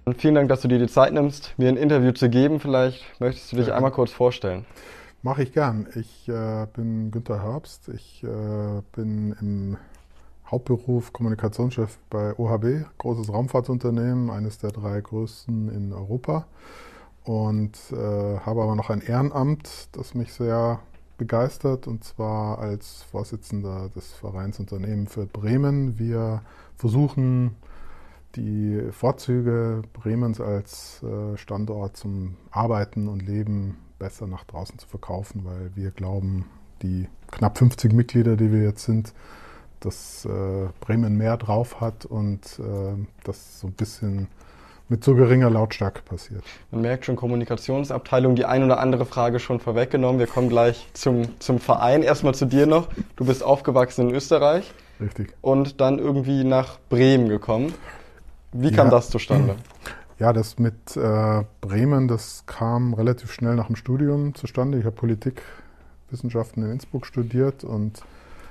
Vielen Dank, dass du dir die Zeit nimmst, mir ein Interview zu geben. Vielleicht möchtest du dich Sehr einmal gerne. kurz vorstellen. Mache ich gern. Ich bin Günther Herbst. Ich bin im Hauptberuf Kommunikationschef bei OHB, großes Raumfahrtsunternehmen, eines der 3 größten in Europa. Und habe aber noch ein Ehrenamt, das mich sehr begeistert, und zwar als Vorsitzender des Vereins Unternehmen für Bremen. Wir versuchen, die Vorzüge Bremens als Standort zum Arbeiten und Leben besser nach draußen zu verkaufen, weil wir glauben, die knapp 50 Mitglieder, die wir jetzt sind, dass Bremen mehr drauf hat und das so ein bisschen mit so geringer Lautstärke passiert. Man merkt schon, Kommunikationsabteilung, die ein oder andere Frage schon vorweggenommen. Wir kommen gleich zum Verein. Erstmal zu dir noch. Du bist aufgewachsen in Österreich Richtig. und dann irgendwie nach Bremen gekommen. Wie kam das zustande? Ja, das mit Bremen, das kam relativ schnell nach dem Studium zustande. Ich habe Politikwissenschaften in Innsbruck studiert und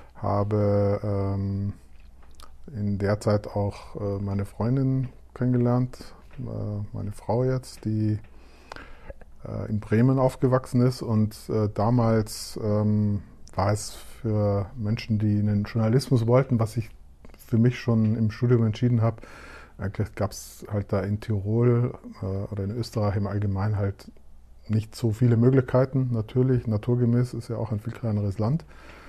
habe in der Zeit auch meine Freundin kennengelernt, meine Frau jetzt, die in Bremen aufgewachsen ist. Und damals war es für Menschen, die in den Journalismus wollten, was ich für mich schon im Studium entschieden habe. Eigentlich gab es halt da in Tirol oder in Österreich im Allgemeinen halt nicht so viele Möglichkeiten. Natürlich, naturgemäß ist ja auch ein viel kleineres Land.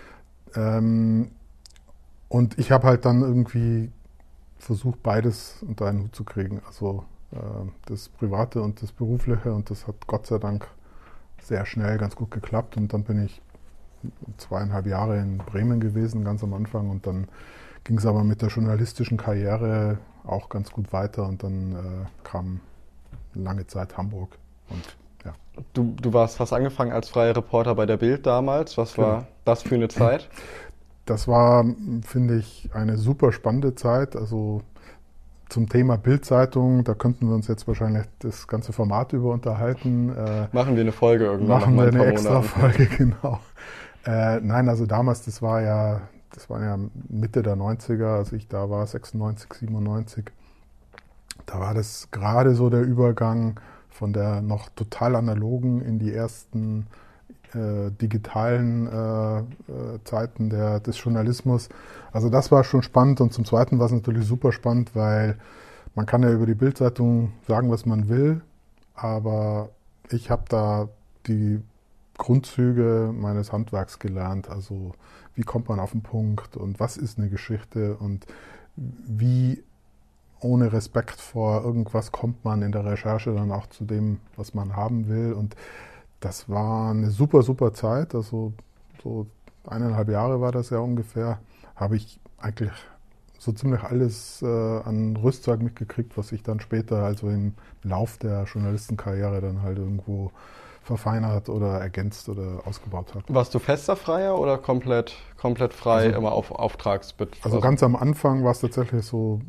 Und ich habe halt dann irgendwie versucht, beides unter einen Hut zu kriegen. Also das Private und das Berufliche. Und das hat Gott sei Dank sehr schnell ganz gut geklappt. Und dann bin ich 2,5 Jahre in Bremen gewesen, ganz am Anfang. Und dann ging es aber mit der journalistischen Karriere auch ganz gut weiter, und dann kam lange Zeit Hamburg. Und ja. Du hast angefangen als freier Reporter bei der Bild damals. Was war das für eine Zeit? Das war, finde ich, eine super spannende Zeit. Also zum Thema Bild-Zeitung, da könnten wir uns jetzt wahrscheinlich das ganze Format über unterhalten. Machen wir eine Folge irgendwann Machen nach wir ein eine paar extra Monaten. Folge, genau. Nein, also damals, das war ja Mitte der 90er, als ich da war, 96, 97. Da war das gerade so der Übergang von der noch total analogen in die ersten digitalen Zeiten des Journalismus. Also das war schon spannend, und zum Zweiten war es natürlich super spannend, weil man kann ja über die Bild-Zeitung sagen, was man will, aber ich habe da die Grundzüge meines Handwerks gelernt. Also wie kommt man auf den Punkt und was ist eine Geschichte und wie ohne Respekt vor irgendwas kommt man in der Recherche dann auch zu dem, was man haben will. Und das war eine super, super Zeit. Also so 1,5 Jahre war das ja ungefähr. Habe ich eigentlich so ziemlich alles an Rüstzeug mitgekriegt, was ich dann später, also im Lauf der Journalistenkarriere, dann halt irgendwo verfeinert oder ergänzt oder ausgebaut habe. Warst du fester Freier oder komplett frei, Also, immer auf Auftragsbetrieb? also ganz am Anfang war es tatsächlich so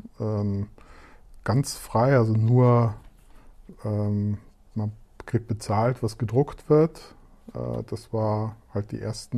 ganz frei, also nur man kriegt bezahlt, was gedruckt wird. Das war halt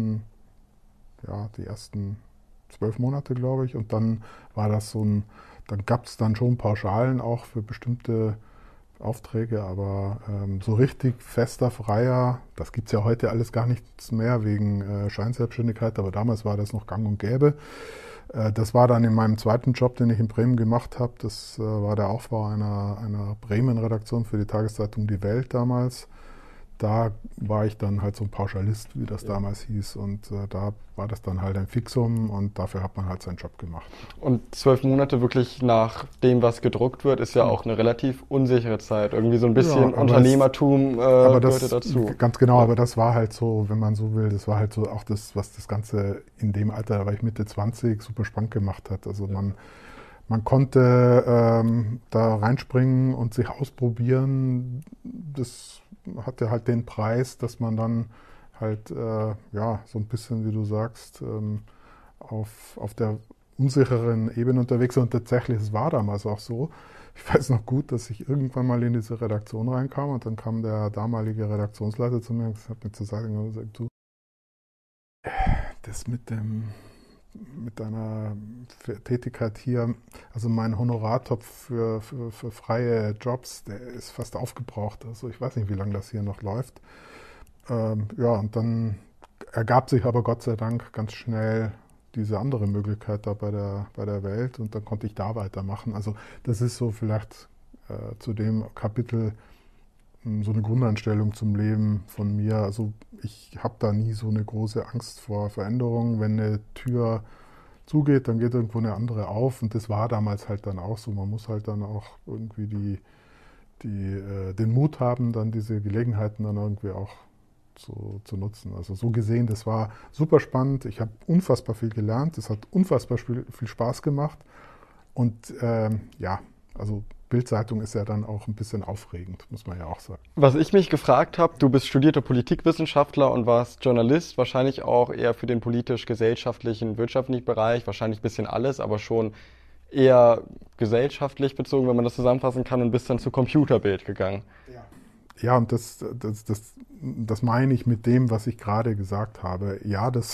die ersten 12 Monate, glaube ich. Und dann war das dann gab es dann schon Pauschalen auch für bestimmte Aufträge, aber so richtig fester Freier, das gibt es ja heute alles gar nichts mehr wegen Scheinselbstständigkeit, aber damals war das noch gang und gäbe. Das war dann in meinem zweiten Job, den ich in Bremen gemacht habe. Das war der Aufbau einer Bremen-Redaktion für die Tageszeitung Die Welt damals. Da war ich dann halt so ein Pauschalist, wie das damals hieß. Und da war das dann halt ein Fixum, und dafür hat man halt seinen Job gemacht. Und 12 Monate wirklich nach dem, was gedruckt wird, ist ja auch eine relativ unsichere Zeit. Irgendwie so ein bisschen Ja, Unternehmertum aber gehörte dazu. ganz genau, Ja. aber das war halt so, wenn man so will, das war halt so auch das, was das Ganze in dem Alter, da war ich Mitte 20, super spannend gemacht hat. Also man konnte da reinspringen und sich ausprobieren. Das hatte halt den Preis, dass man dann halt so ein bisschen, wie du sagst, auf der unsicheren Ebene unterwegs war. Und tatsächlich, es war damals auch so. Ich weiß noch gut, dass ich irgendwann mal in diese Redaktion reinkam, und dann kam der damalige Redaktionsleiter zu mir und hat mir zur Seite gesagt, du, das mit dem mit deiner Tätigkeit hier, also mein Honorartopf für freie Jobs, der ist fast aufgebraucht. Also ich weiß nicht, wie lange das hier noch läuft. Ja, und dann ergab sich aber Gott sei Dank ganz schnell diese andere Möglichkeit da bei der Welt und dann konnte ich da weitermachen. Also das ist so vielleicht zu dem Kapitel so eine Grundeinstellung zum Leben von mir. Also ich habe da nie so eine große Angst vor Veränderungen. Wenn eine Tür zugeht, dann geht irgendwo eine andere auf und das war damals halt dann auch so. Man muss halt dann auch irgendwie den Mut haben, dann diese Gelegenheiten dann irgendwie auch zu nutzen. Also so gesehen, das war super spannend. Ich habe unfassbar viel gelernt. Es hat unfassbar viel Spaß gemacht. Und ja, also Bild-Zeitung ist ja dann auch ein bisschen aufregend, muss man ja auch sagen. Was ich mich gefragt habe, du bist studierter Politikwissenschaftler und warst Journalist, wahrscheinlich auch eher für den politisch-gesellschaftlichen, wirtschaftlichen Bereich, wahrscheinlich ein bisschen alles, aber schon eher gesellschaftlich bezogen, wenn man das zusammenfassen kann, und bist dann zu Computerbild gegangen. Ja, und das meine ich mit dem, was ich gerade gesagt habe. Ja, da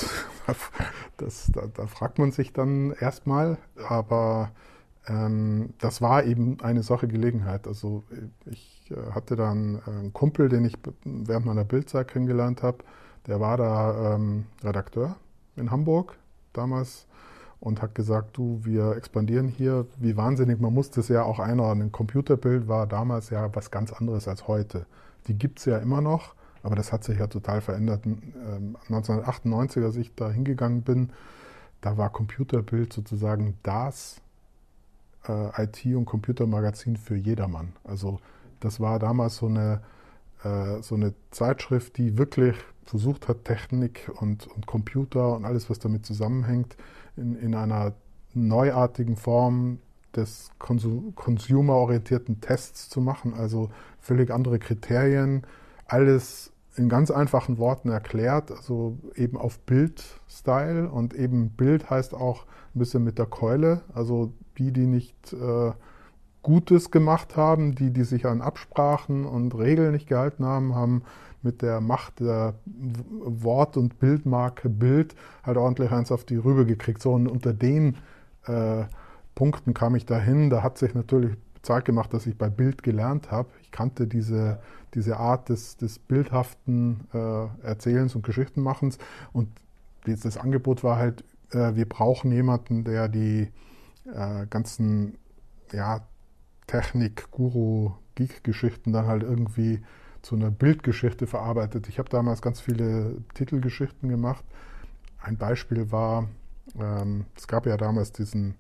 fragt man sich dann erstmal, aber das war eben eine solche Gelegenheit. Also ich hatte dann einen Kumpel, den ich während meiner Bildzeit kennengelernt habe. Der war da Redakteur in Hamburg damals und hat gesagt, du, wir expandieren hier wie wahnsinnig. Man muss das ja auch einordnen. Computerbild war damals ja was ganz anderes als heute. Die gibt es ja immer noch, aber das hat sich ja total verändert. 1998, als ich da hingegangen bin, da war Computerbild sozusagen das IT- und Computermagazin für jedermann. Also das war damals so eine Zeitschrift, die wirklich versucht hat, Technik und Computer und alles, was damit zusammenhängt, in einer neuartigen Form des consumerorientierten Tests zu machen, also völlig andere Kriterien, alles in ganz einfachen Worten erklärt, also eben auf Bild-Style, und eben Bild heißt auch ein bisschen mit der Keule, also die nicht Gutes gemacht haben, die sich an Absprachen und Regeln nicht gehalten haben, haben mit der Macht der Wort- und Bildmarke Bild halt ordentlich eins auf die Rübe gekriegt. So, und unter den Punkten kam ich dahin. Da hat sich natürlich bezahlt gemacht, dass ich bei Bild gelernt habe. Ich kannte diese Art des bildhaften Erzählens und Geschichtenmachens. Und das Angebot war halt, wir brauchen jemanden, der die ganzen Technik, Guru, Geek-Geschichten dann halt irgendwie zu einer Bildgeschichte verarbeitet. Ich habe damals ganz viele Titelgeschichten gemacht. Ein Beispiel war, es gab ja damals diesen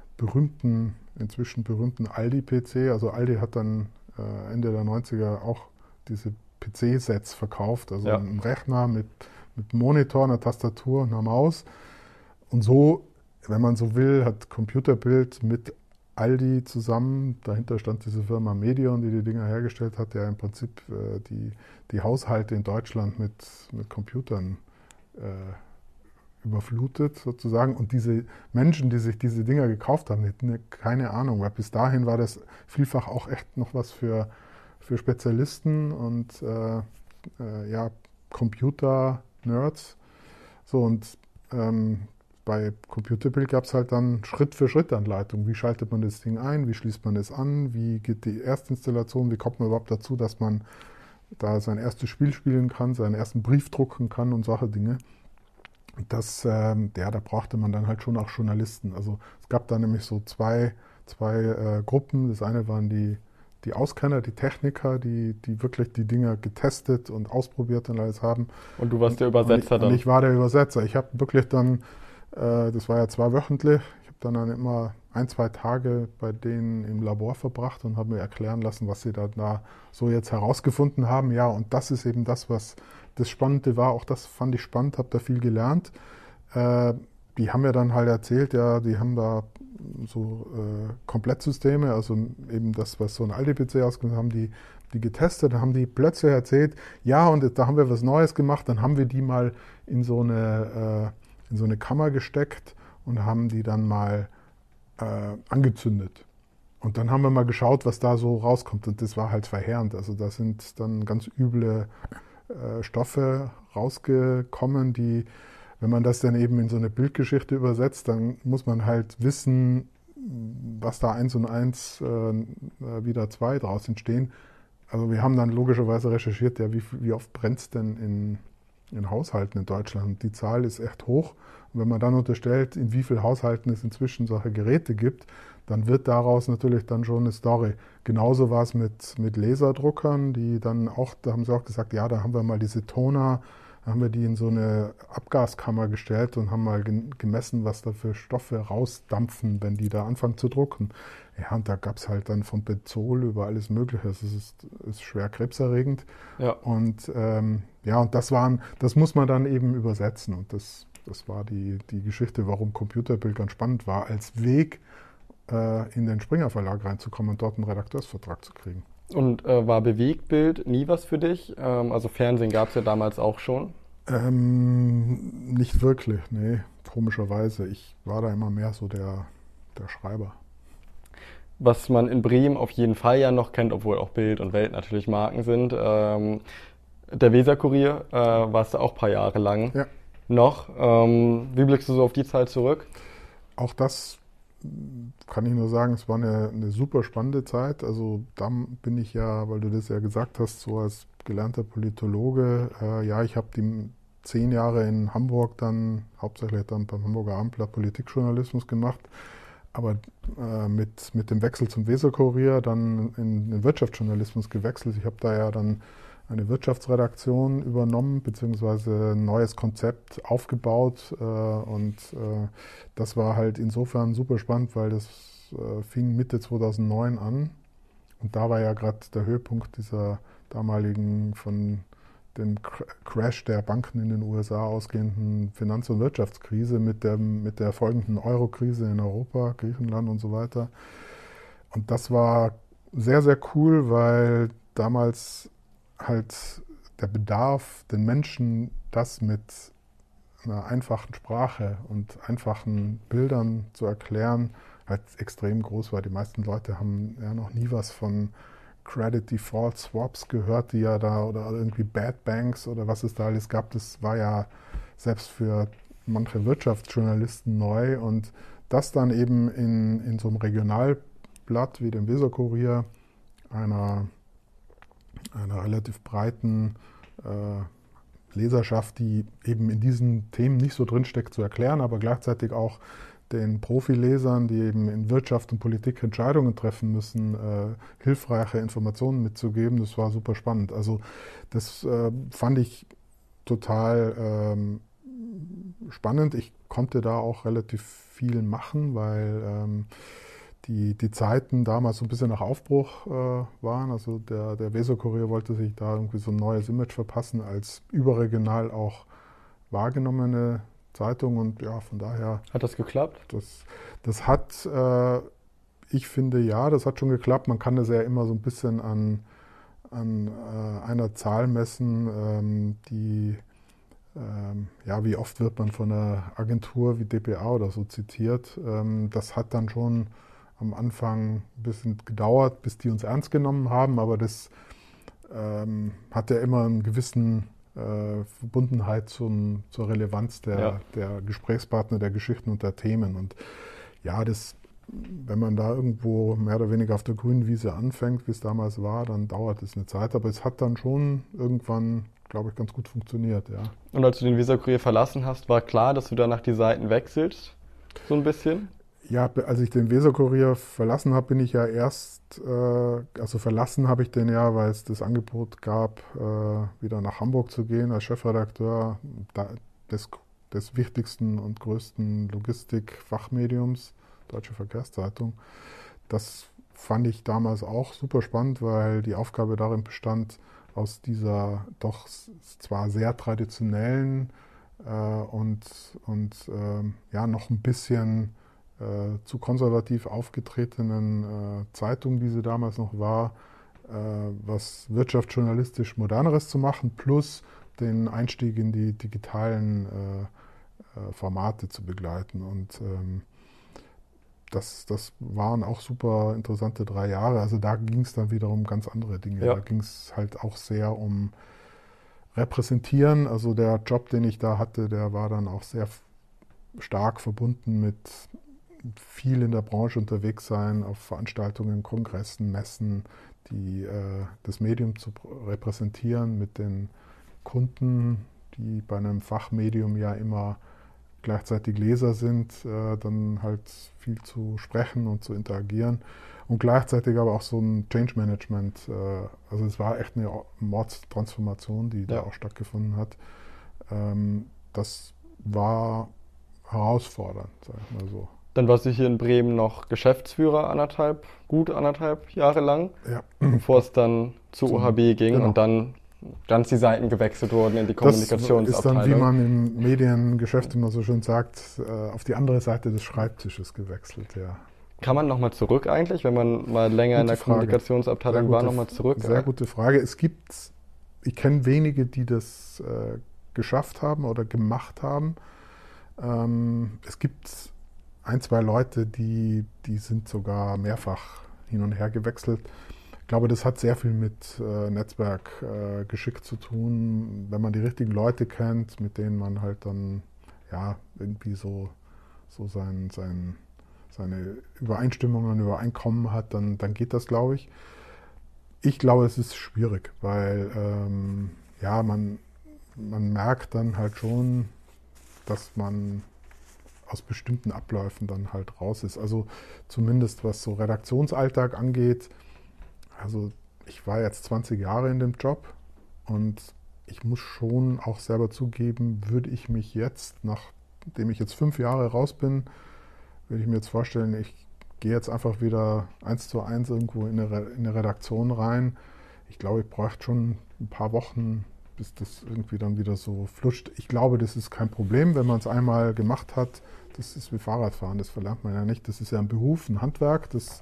inzwischen berühmten Aldi-PC. Also Aldi hat dann Ende der 90er auch diese PC-Sets verkauft, also einen Rechner mit Monitor, einer Tastatur und einer Maus. Und so, wenn man so will, hat Computerbild mit Aldi zusammen, dahinter stand diese Firma Medion, die Dinger hergestellt hat, ja im Prinzip die Haushalte in Deutschland mit Computern überflutet sozusagen. Und diese Menschen, die sich diese Dinger gekauft haben, die hatten keine Ahnung, weil bis dahin war das vielfach auch echt noch was für Spezialisten und Computer-Nerds. So, und bei Computerbild gab es halt dann Schritt-für-Schritt-Anleitungen. Wie schaltet man das Ding ein? Wie schließt man es an? Wie geht die Erstinstallation? Wie kommt man überhaupt dazu, dass man da sein erstes Spiel spielen kann, seinen ersten Brief drucken kann und solche Dinge? Und da brauchte man dann halt schon auch Journalisten. Also es gab da nämlich so zwei Gruppen. Das eine waren die Auskenner, die Techniker, die wirklich die Dinger getestet und ausprobiert und alles haben. Und du warst der Übersetzer dann? Und ich war der Übersetzer. Ich habe wirklich dann, das war ja 2-wöchentlich, ich habe dann immer 1-2 Tage bei denen im Labor verbracht und habe mir erklären lassen, was sie da so jetzt herausgefunden haben. Ja, und das ist eben das, was das Spannende war. Auch das fand ich spannend, habe da viel gelernt. Die haben mir dann halt erzählt, ja, die haben da so Komplettsysteme, also eben das, was so ein Aldi-PC ausgemacht haben, die getestet, dann haben die plötzlich erzählt, ja, und da haben wir was Neues gemacht, dann haben wir die mal in so eine Kammer gesteckt und haben die dann mal angezündet. Und dann haben wir mal geschaut, was da so rauskommt, und das war halt verheerend. Also da sind dann ganz üble Stoffe rausgekommen, die wenn man das dann eben in so eine Bildgeschichte übersetzt, dann muss man halt wissen, was da 1 und 1 wieder 2 draus entstehen. Also wir haben dann logischerweise recherchiert, ja, wie oft brennt es denn in Haushalten in Deutschland. Und die Zahl ist echt hoch. Und wenn man dann unterstellt, in wie vielen Haushalten es inzwischen solche Geräte gibt, dann wird daraus natürlich dann schon eine Story. Genauso war es mit Laserdruckern, die dann auch, da haben sie auch gesagt, ja, da haben wir mal diese Toner, da haben wir die in so eine Abgaskammer gestellt und haben mal gemessen, was da für Stoffe rausdampfen, wenn die da anfangen zu drucken. Ja, und da gab es halt dann von Benzol über alles Mögliche. Das ist schwer krebserregend. Ja. Und ja, und das muss man dann eben übersetzen. Und das war die Geschichte, warum Computerbild ganz spannend war, als Weg in den Springer Verlag reinzukommen und dort einen Redakteursvertrag zu kriegen. Und war Bewegtbild nie was für dich? Also Fernsehen gab es ja damals auch schon. Nicht wirklich, nee, komischerweise. Ich war da immer mehr so der Schreiber. Was man in Bremen auf jeden Fall ja noch kennt, obwohl auch Bild und Welt natürlich Marken sind. Der Weser-Kurier warst du auch ein paar Jahre lang Ja. noch. Wie blickst du so auf die Zeit zurück? Auch das kann ich nur sagen, es war eine super spannende Zeit. Also da bin ich ja, weil du das ja gesagt hast, so als gelernter Politologe, ja, ich habe die 10 Jahre in Hamburg dann, hauptsächlich dann beim Hamburger Abendblatt Politikjournalismus gemacht, aber mit dem Wechsel zum Weser-Kurier dann in den Wirtschaftsjournalismus gewechselt. Ich habe da ja dann eine Wirtschaftsredaktion übernommen, beziehungsweise ein neues Konzept aufgebaut. Und das war halt insofern super spannend, weil das fing Mitte 2009 an. Und da war ja gerade der Höhepunkt dieser damaligen von dem Crash der Banken in den USA ausgehenden Finanz- und Wirtschaftskrise mit der folgenden Euro-Krise in Europa, Griechenland und so weiter. Und das war sehr, sehr cool, weil damals halt der Bedarf, den Menschen das mit einer einfachen Sprache und einfachen Bildern zu erklären, halt extrem groß war. Die meisten Leute haben ja noch nie was von Credit Default Swaps gehört, die ja da, oder irgendwie Bad Banks oder was es da alles gab. Das war ja selbst für manche Wirtschaftsjournalisten neu. Und das dann eben in so einem Regionalblatt wie dem Weser-Kurier, einer relativ breiten Leserschaft, die eben in diesen Themen nicht so drinsteckt, zu erklären, aber gleichzeitig auch den Profilesern, die eben in Wirtschaft und Politik Entscheidungen treffen müssen, hilfreiche Informationen mitzugeben. Das war super spannend. Also das fand ich total spannend. Ich konnte da auch relativ viel machen, weil die Zeiten damals so ein bisschen nach Aufbruch waren. Also der Weser-Kurier wollte sich da irgendwie so ein neues Image verpassen als überregional auch wahrgenommene Zeitung. Und ja, von daher... Hat das geklappt? Das hat, ich finde, ja, das hat schon geklappt. Man kann das ja immer so ein bisschen an einer Zahl messen, ja, wie oft wird man von einer Agentur wie dpa oder so zitiert. Das hat dann schon am Anfang ein bisschen gedauert, bis die uns ernst genommen haben, aber das hat ja immer einen gewissen Verbundenheit zur Relevanz der Gesprächspartner, der Geschichten und der Themen. Und ja, wenn man da irgendwo mehr oder weniger auf der grünen Wiese anfängt, wie es damals war, dann dauert es eine Zeit. Aber es hat dann schon irgendwann, glaube ich, ganz gut funktioniert, ja. Und als du den Weser-Kurier verlassen hast, war klar, dass du danach die Seiten wechselst? So ein bisschen? Ja, als ich den Weser-Kurier verlassen habe, bin ich ja erst, also verlassen habe ich den ja, weil es das Angebot gab, wieder nach Hamburg zu gehen als Chefredakteur des wichtigsten und größten Logistik-Fachmediums, Deutsche Verkehrszeitung. Das fand ich damals auch super spannend, weil die Aufgabe darin bestand, aus dieser doch zwar sehr traditionellen und ja, noch ein bisschen zu konservativ aufgetretenen Zeitung, die sie damals noch war, was wirtschaftsjournalistisch Moderneres zu machen, plus den Einstieg in die digitalen Formate zu begleiten. Und das waren auch super interessante 3 Jahre. Also da ging es dann wiederum ganz andere Dinge. Ja. Da ging es halt auch sehr um repräsentieren. Also der Job, den ich da hatte, der war dann auch sehr stark verbunden mit viel in der Branche unterwegs sein, auf Veranstaltungen, Kongressen, Messen, das Medium zu repräsentieren mit den Kunden, die bei einem Fachmedium ja immer gleichzeitig Leser sind, dann halt viel zu sprechen und zu interagieren und gleichzeitig aber auch so ein Change Management. Also es war echt eine Mordstransformation, die da auch stattgefunden hat. Das war herausfordernd, sag ich mal so. Dann warst du hier in Bremen noch Geschäftsführer gut anderthalb Jahre lang, bevor es dann zu OHB ging und dann ganz die Seiten gewechselt wurden in die Kommunikationsabteilung. Das ist dann, wie man im Mediengeschäft immer so schön sagt, auf die andere Seite des Schreibtisches gewechselt, ja. Kann man nochmal zurück eigentlich, wenn man mal länger in der Kommunikationsabteilung war, nochmal zurück? Sehr gute Frage. Ich kenne wenige, die das geschafft haben oder gemacht haben. Es gibt ein, zwei Leute, die sind sogar mehrfach hin und her gewechselt. Ich glaube, das hat sehr viel mit Netzwerkgeschick zu tun, wenn man die richtigen Leute kennt, mit denen man halt dann ja irgendwie so seine Übereinstimmungen und Übereinkommen hat, dann geht das, glaube ich. Ich glaube, es ist schwierig, weil man merkt dann halt schon, dass man aus bestimmten Abläufen dann halt raus ist. Also zumindest was so Redaktionsalltag angeht. Also ich war jetzt 20 Jahre in dem Job und ich muss schon auch selber zugeben, würde ich mich jetzt, nachdem ich jetzt 5 Jahre raus bin, würde ich mir jetzt vorstellen, ich gehe jetzt einfach wieder 1:1 irgendwo in eine Redaktion rein. Ich glaube, ich bräuchte schon ein paar Wochen, bis das irgendwie dann wieder so flutscht. Ich glaube, das ist kein Problem, wenn man es einmal gemacht hat. Das ist wie Fahrradfahren, das verlernt man ja nicht. Das ist ja ein Beruf, ein Handwerk, das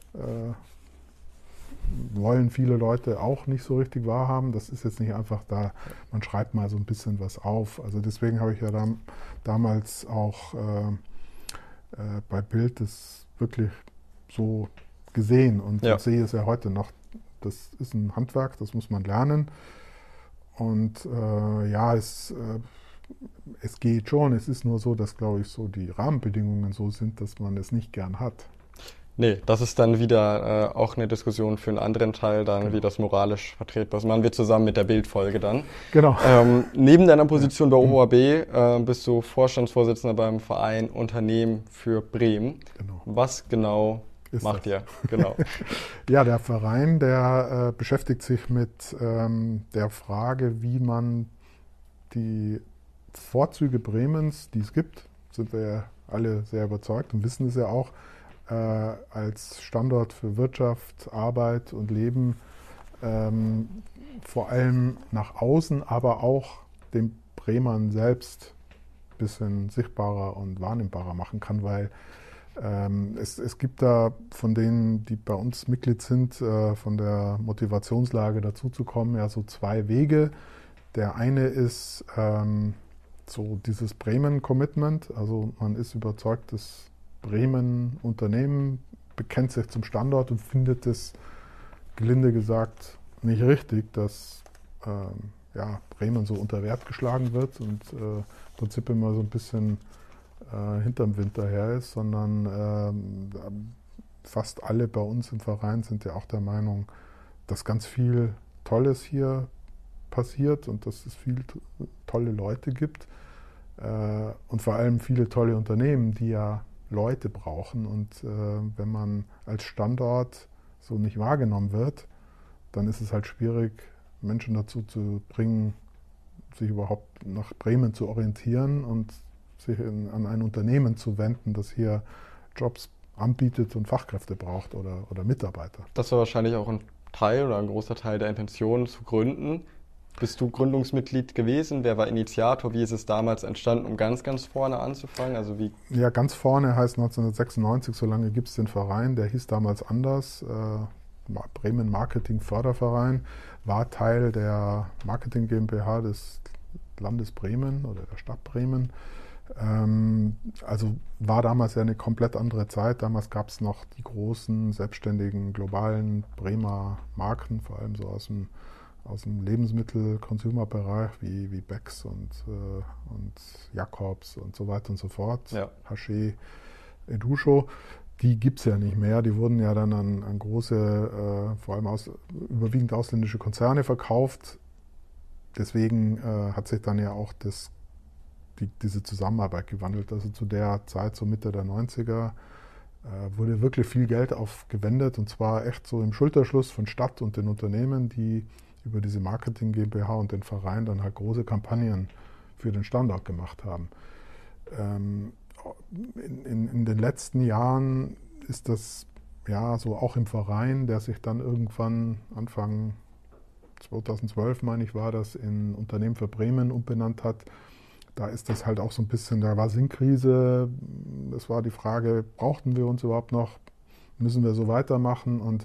wollen viele Leute auch nicht so richtig wahrhaben. Das ist jetzt nicht einfach da, man schreibt mal so ein bisschen was auf. Also deswegen habe ich ja damals auch bei Bild das wirklich so gesehen und sehe es ja heute noch. Das ist ein Handwerk, das muss man lernen. Und es geht schon. Es ist nur so, dass, glaube ich, so die Rahmenbedingungen so sind, dass man es nicht gern hat. Nee, das ist dann wieder auch eine Diskussion für einen anderen Teil, dann wie das moralisch vertretbar ist. Machen wir zusammen mit der Bildfolge dann. Genau. Neben deiner Position bei OHB bist du Vorstandsvorsitzender beim Verein Unternehmen für Bremen. Genau. Was genau macht ihr? Genau. Ja, der Verein, der beschäftigt sich mit der Frage, wie man die Vorzüge Bremens, die es gibt, sind wir ja alle sehr überzeugt und wissen es ja auch, als Standort für Wirtschaft, Arbeit und Leben vor allem nach außen, aber auch den Bremern selbst ein bisschen sichtbarer und wahrnehmbarer machen kann, weil es gibt da von denen, die bei uns Mitglied sind, von der Motivationslage dazuzukommen, ja so 2 Wege. Der eine ist so dieses Bremen-Commitment, also man ist überzeugt, dass Bremen Unternehmen bekennt sich zum Standort und findet es, gelinde gesagt, nicht richtig, dass Bremen so unter Wert geschlagen wird und im Prinzip immer so ein bisschen hinterm Wind daher ist, sondern fast alle bei uns im Verein sind ja auch der Meinung, dass ganz viel Tolles hier passiert und dass es viele tolle Leute gibt und vor allem viele tolle Unternehmen, die ja Leute brauchen. Und wenn man als Standort so nicht wahrgenommen wird, dann ist es halt schwierig, Menschen dazu zu bringen, sich überhaupt nach Bremen zu orientieren und sich an ein Unternehmen zu wenden, das hier Jobs anbietet und Fachkräfte braucht oder Mitarbeiter. Das war wahrscheinlich auch ein Teil oder ein großer Teil der Intention zu gründen. Bist du Gründungsmitglied gewesen? Wer war Initiator? Wie ist es damals entstanden, um ganz, ganz vorne anzufangen? Also wie? Ja, ganz vorne heißt 1996, so lange gibt es den Verein, der hieß damals anders, Bremen Marketing Förderverein, war Teil der Marketing GmbH des Landes Bremen oder der Stadt Bremen. Also war damals ja eine komplett andere Zeit. Damals gab es noch die großen, selbstständigen, globalen Bremer Marken, vor allem so aus dem aus dem Lebensmittel-Consumer-Bereich wie Becks und Jacobs und so weiter und so fort, Ja. Haché, Educho, die gibt es ja nicht mehr. Die wurden ja dann an große, vor allem überwiegend ausländische Konzerne verkauft. Deswegen hat sich dann ja auch diese Zusammenarbeit gewandelt. Also zu der Zeit, so Mitte der 90er, wurde wirklich viel Geld aufgewendet, und zwar echt so im Schulterschluss von Stadt und den Unternehmen, die über diese Marketing GmbH und den Verein dann halt große Kampagnen für den Standort gemacht haben. In den letzten Jahren ist das ja so auch im Verein, der sich dann irgendwann Anfang 2012, meine ich, war das, in Unternehmen für Bremen umbenannt hat. Da ist das halt auch so ein bisschen, da war Sinnkrise. Es war die Frage, brauchten wir uns überhaupt noch? Müssen wir so weitermachen? Und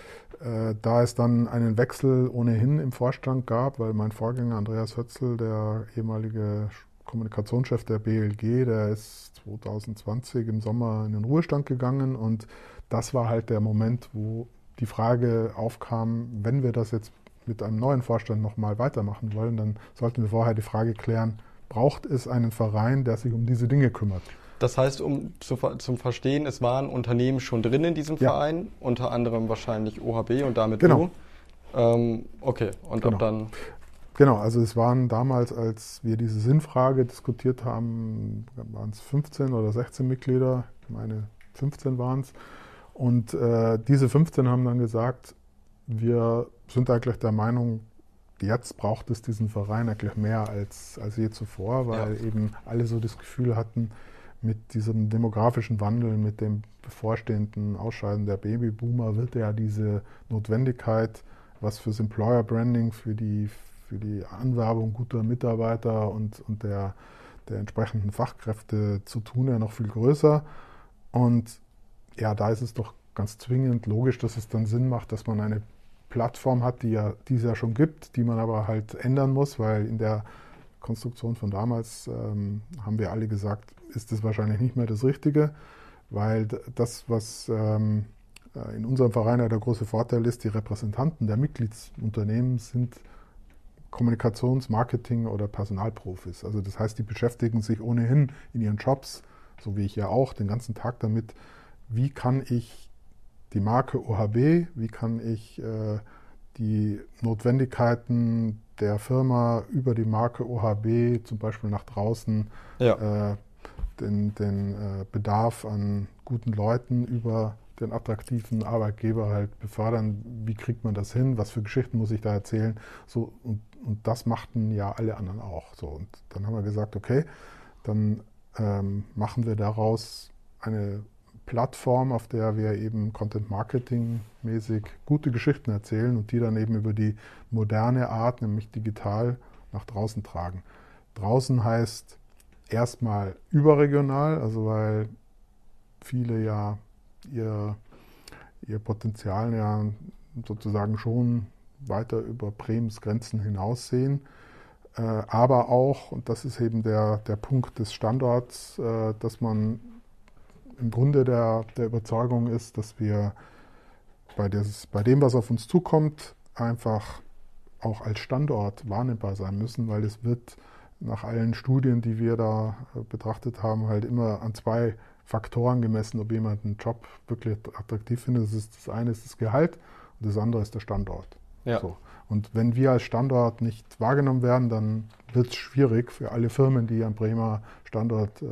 da es dann einen Wechsel ohnehin im Vorstand gab, weil mein Vorgänger Andreas Hötzl, der ehemalige Kommunikationschef der BLG, der ist 2020 im Sommer in den Ruhestand gegangen, und das war halt der Moment, wo die Frage aufkam, wenn wir das jetzt mit einem neuen Vorstand nochmal weitermachen wollen, dann sollten wir vorher die Frage klären, braucht es einen Verein, der sich um diese Dinge kümmert? Das heißt, zum Verstehen, es waren Unternehmen schon drin in diesem Verein, unter anderem wahrscheinlich OHB und damit genau. Du. Okay, und genau. ab dann... Genau, also es waren damals, als wir diese Sinnfrage diskutiert haben, waren es 15 oder 16 Mitglieder, ich meine 15 waren es. Und diese 15 haben dann gesagt, wir sind eigentlich der Meinung, jetzt braucht es diesen Verein eigentlich mehr als je zuvor, weil eben alle so das Gefühl hatten, mit diesem demografischen Wandel, mit dem bevorstehenden Ausscheiden der Babyboomer wird ja diese Notwendigkeit, was fürs Employer Branding, für die Anwerbung guter Mitarbeiter und der entsprechenden Fachkräfte zu tun, ja noch viel größer. Und ja, da ist es doch ganz zwingend logisch, dass es dann Sinn macht, dass man eine Plattform hat, die es ja schon gibt, die man aber halt ändern muss, weil in der Konstruktion von damals haben wir alle gesagt, ist das wahrscheinlich nicht mehr das Richtige, weil das, was in unserem Verein ja der große Vorteil ist, die Repräsentanten der Mitgliedsunternehmen sind Kommunikations-, Marketing- oder Personalprofis. Also das heißt, die beschäftigen sich ohnehin in ihren Jobs, so wie ich ja auch, den ganzen Tag damit, wie kann ich die Marke OHB, wie kann ich die Notwendigkeiten der Firma über die Marke OHB zum Beispiel nach draußen, den Bedarf an guten Leuten über den attraktiven Arbeitgeber halt befördern. Wie kriegt man das hin? Was für Geschichten muss ich da erzählen? So, und das machten ja alle anderen auch. So, und dann haben wir gesagt, okay, dann machen wir daraus eine Plattform, auf der wir eben Content-Marketing-mäßig gute Geschichten erzählen und die dann eben über die moderne Art, nämlich digital, nach draußen tragen. Draußen heißt erstmal überregional, also weil viele ja ihr Potenzial ja sozusagen schon weiter über Bremens Grenzen hinaus sehen. Aber auch, und das ist eben der Punkt des Standorts, dass man im Grunde der Überzeugung ist, dass wir bei dem, was auf uns zukommt, einfach auch als Standort wahrnehmbar sein müssen, weil es wird nach allen Studien, die wir da betrachtet haben, halt immer an zwei Faktoren gemessen, ob jemand einen Job wirklich attraktiv findet. Das eine ist das Gehalt und das andere ist der Standort. Ja. So. Und wenn wir als Standort nicht wahrgenommen werden, dann wird es schwierig für alle Firmen, die am Bremer Standort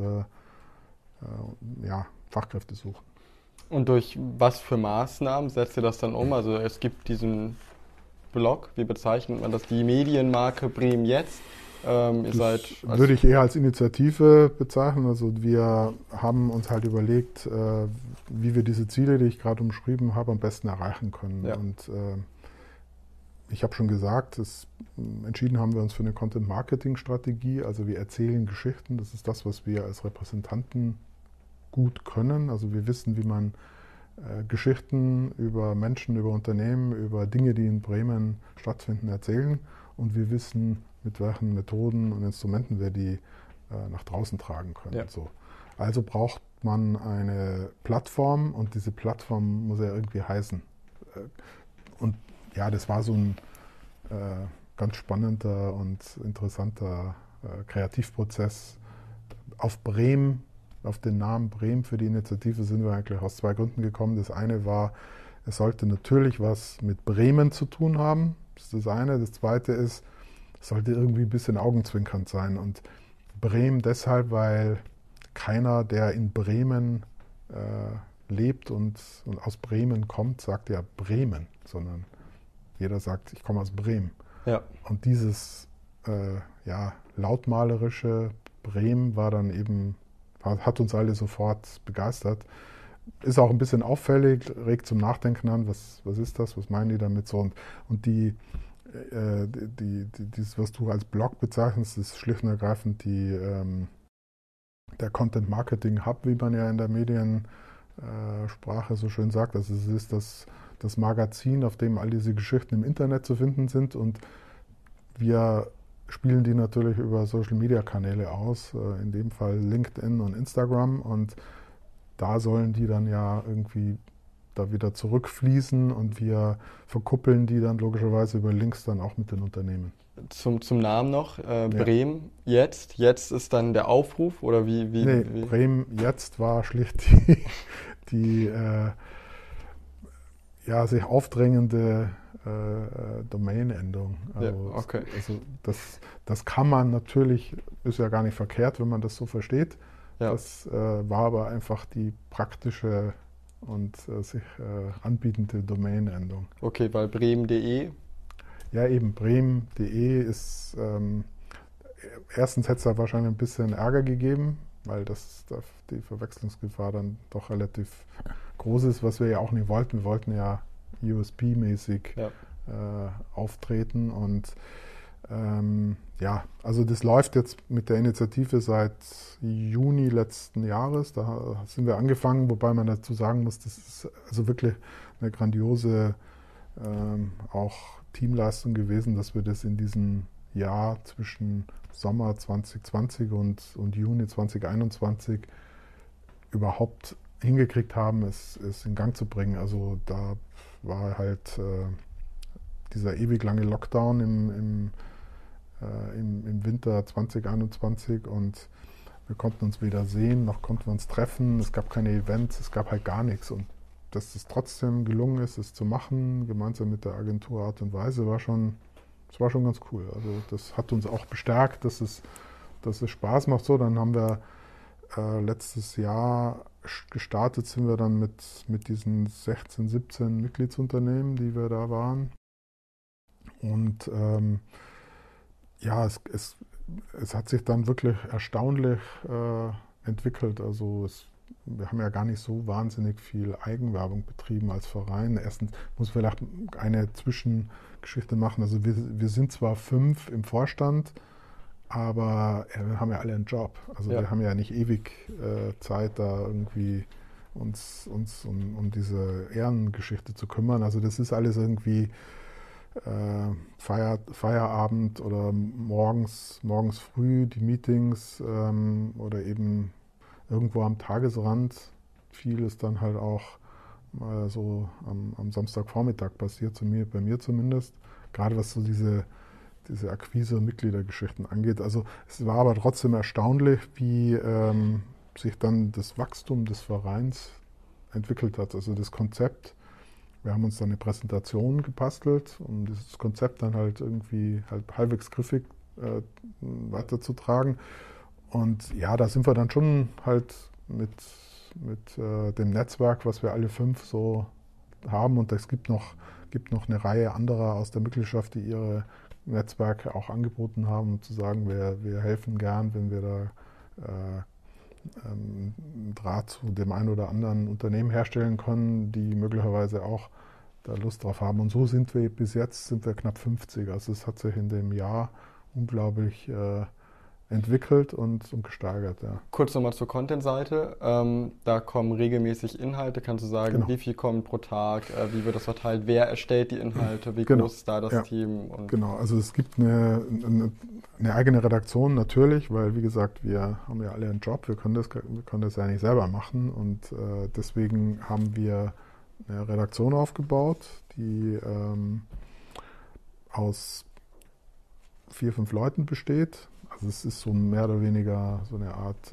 Fachkräfte suchen. Und durch was für Maßnahmen setzt ihr das dann um? Also es gibt diesen Blog, wie bezeichnet man das, die Medienmarke Bremen jetzt. Würde ich eher als Initiative bezeichnen. Also wir haben uns halt überlegt, wie wir diese Ziele, die ich gerade umschrieben habe, am besten erreichen können. Ja. Und ich habe schon gesagt, entschieden haben wir uns für eine Content-Marketing-Strategie. Also wir erzählen Geschichten. Das ist das, was wir als Repräsentanten gut können. Also wir wissen, wie man Geschichten über Menschen, über Unternehmen, über Dinge, die in Bremen stattfinden, erzählen. Und wir wissen, mit welchen Methoden und Instrumenten wir die nach draußen tragen können. Ja. So. Also braucht man eine Plattform, und diese Plattform muss ja irgendwie heißen. Und ja, das war so ein ganz spannender und interessanter Kreativprozess. Auf Bremen, auf den Namen Bremen für die Initiative sind wir eigentlich aus 2 Gründen gekommen. Das eine war, es sollte natürlich was mit Bremen zu tun haben. Das ist das eine. Das zweite ist, es sollte irgendwie ein bisschen augenzwinkernd sein. Und Bremen deshalb, weil keiner, der in Bremen lebt und aus Bremen kommt, sagt ja Bremen, sondern jeder sagt, ich komme aus Bremen. Ja. Und dieses lautmalerische Bremen war dann eben, hat uns alle sofort begeistert. Ist auch ein bisschen auffällig, regt zum Nachdenken an, was ist das, was meinen die damit so. Und dieses, was du als Blog bezeichnest, ist schlicht und ergreifend der Content Marketing Hub, wie man ja in der Mediensprache so schön sagt. Also es ist das Magazin, auf dem all diese Geschichten im Internet zu finden sind, und wir spielen die natürlich über Social Media Kanäle aus, in dem Fall LinkedIn und Instagram, und da sollen die dann ja irgendwie da wieder zurückfließen, und wir verkuppeln die dann logischerweise über Links dann auch mit den Unternehmen. Zum Namen noch, Bremen jetzt. Jetzt ist dann der Aufruf, oder wie? Nee, Bremen jetzt war schlicht die sich aufdrängende Domain-Endung. Also, okay. Also das kann man natürlich, ist ja gar nicht verkehrt, wenn man das so versteht. Ja. Das war aber einfach die praktische und sich anbietende Domain-Endung. Okay, weil bremen.de? Ja, eben, bremen.de ist, erstens hätte es da wahrscheinlich ein bisschen Ärger gegeben, weil die Verwechslungsgefahr dann doch relativ groß ist, was wir ja auch nicht wollten. Wir wollten ja USP-mäßig auftreten, und also das läuft jetzt mit der Initiative seit Juni letzten Jahres. Da sind wir angefangen, wobei man dazu sagen muss, das ist also wirklich eine grandiose auch Teamleistung gewesen, dass wir das in diesem Jahr zwischen Sommer 2020 und Juni 2021 überhaupt hingekriegt haben, es in Gang zu bringen. Also da war halt dieser ewig lange Lockdown im Winter 2021, und wir konnten uns weder sehen, noch konnten wir uns treffen. Es gab keine Events, es gab halt gar nichts. Und dass es trotzdem gelungen ist, es zu machen, gemeinsam mit der Agentur Art und Weise, war schon ganz cool. Also das hat uns auch bestärkt, dass es Spaß macht. So, dann haben wir letztes Jahr gestartet, sind wir dann mit diesen 16, 17 Mitgliedsunternehmen, die wir da waren. Und es hat sich dann wirklich erstaunlich entwickelt. Also wir haben ja gar nicht so wahnsinnig viel Eigenwerbung betrieben als Verein. Erstens muss ich vielleicht eine Zwischengeschichte machen. Also wir sind zwar 5 im Vorstand, aber wir haben ja alle einen Job. Also wir haben ja nicht ewig Zeit, da irgendwie uns um diese Ehrengeschichte zu kümmern. Also das ist alles irgendwie Feierabend oder morgens früh die Meetings oder eben irgendwo am Tagesrand. Viel ist dann halt auch mal so am Samstagvormittag passiert, bei mir zumindest. Gerade was so diese Akquise- und Mitgliedergeschichten angeht. Also es war aber trotzdem erstaunlich, wie sich dann das Wachstum des Vereins entwickelt hat. Also das Konzept. Wir haben uns dann eine Präsentation gebastelt, um dieses Konzept dann halt irgendwie halbwegs griffig weiterzutragen. Und ja, da sind wir dann schon halt mit dem Netzwerk, was wir alle 5 so haben. Und es gibt noch eine Reihe anderer aus der Mitgliedschaft, die ihre Netzwerke auch angeboten haben, um zu sagen, wir helfen gern, wenn wir da Draht zu dem einen oder anderen Unternehmen herstellen können, die möglicherweise auch da Lust drauf haben. Und so sind wir bis jetzt knapp 50. Also es hat sich in dem Jahr unglaublich entwickelt und gesteigert. Ja. Kurz nochmal zur Content-Seite. Da kommen regelmäßig Inhalte. Kannst du sagen, wie viel kommen pro Tag? Wie wird das verteilt? Wer erstellt die Inhalte? Wie groß ist da das Team? Und genau, also es gibt eine eigene Redaktion natürlich, weil wie gesagt, wir haben ja alle einen Job. Wir können das ja nicht selber machen. Und deswegen haben wir eine Redaktion aufgebaut, die aus 4, 5 Leuten besteht. Also es ist so mehr oder weniger so eine Art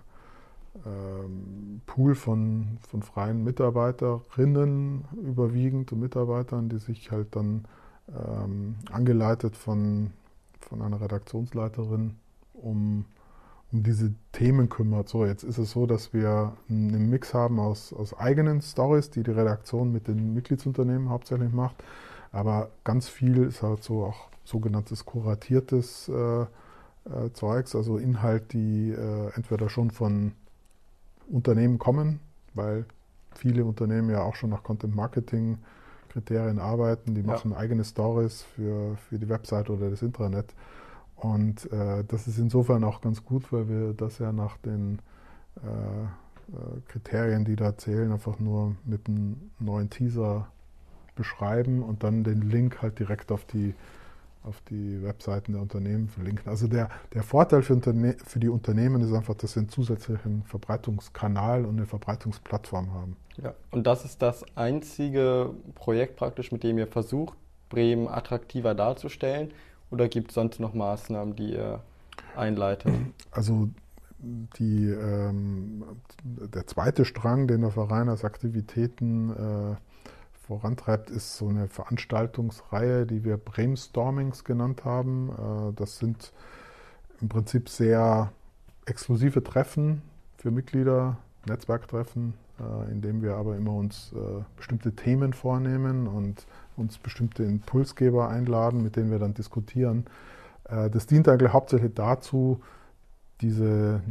Pool von freien Mitarbeiterinnen überwiegend und Mitarbeitern, die sich halt dann angeleitet von einer Redaktionsleiterin um diese Themen kümmert. So, jetzt ist es so, dass wir einen Mix haben aus eigenen Stories, die Redaktion mit den Mitgliedsunternehmen hauptsächlich macht, aber ganz viel ist halt so auch sogenanntes kuratiertes Zeugs, also Inhalt, die entweder schon von Unternehmen kommen, weil viele Unternehmen ja auch schon nach Content-Marketing-Kriterien arbeiten, die machen eigene Stories für die Website oder das Intranet. Und das ist insofern auch ganz gut, weil wir das ja nach den Kriterien, die da zählen, einfach nur mit einem neuen Teaser beschreiben und dann den Link halt direkt auf die Webseiten der Unternehmen verlinken. Also der Vorteil für die Unternehmen ist einfach, dass sie einen zusätzlichen Verbreitungskanal und eine Verbreitungsplattform haben. Ja, und das ist das einzige Projekt praktisch, mit dem ihr versucht, Bremen attraktiver darzustellen? Oder gibt es sonst noch Maßnahmen, die ihr einleitet? Also der zweite Strang, den der Verein als Aktivitäten vorantreibt, ist so eine Veranstaltungsreihe, die wir Bremstormings genannt haben. Das sind im Prinzip sehr exklusive Treffen für Mitglieder, Netzwerktreffen, in dem wir aber immer uns bestimmte Themen vornehmen und uns bestimmte Impulsgeber einladen, mit denen wir dann diskutieren. Das dient eigentlich hauptsächlich dazu, diese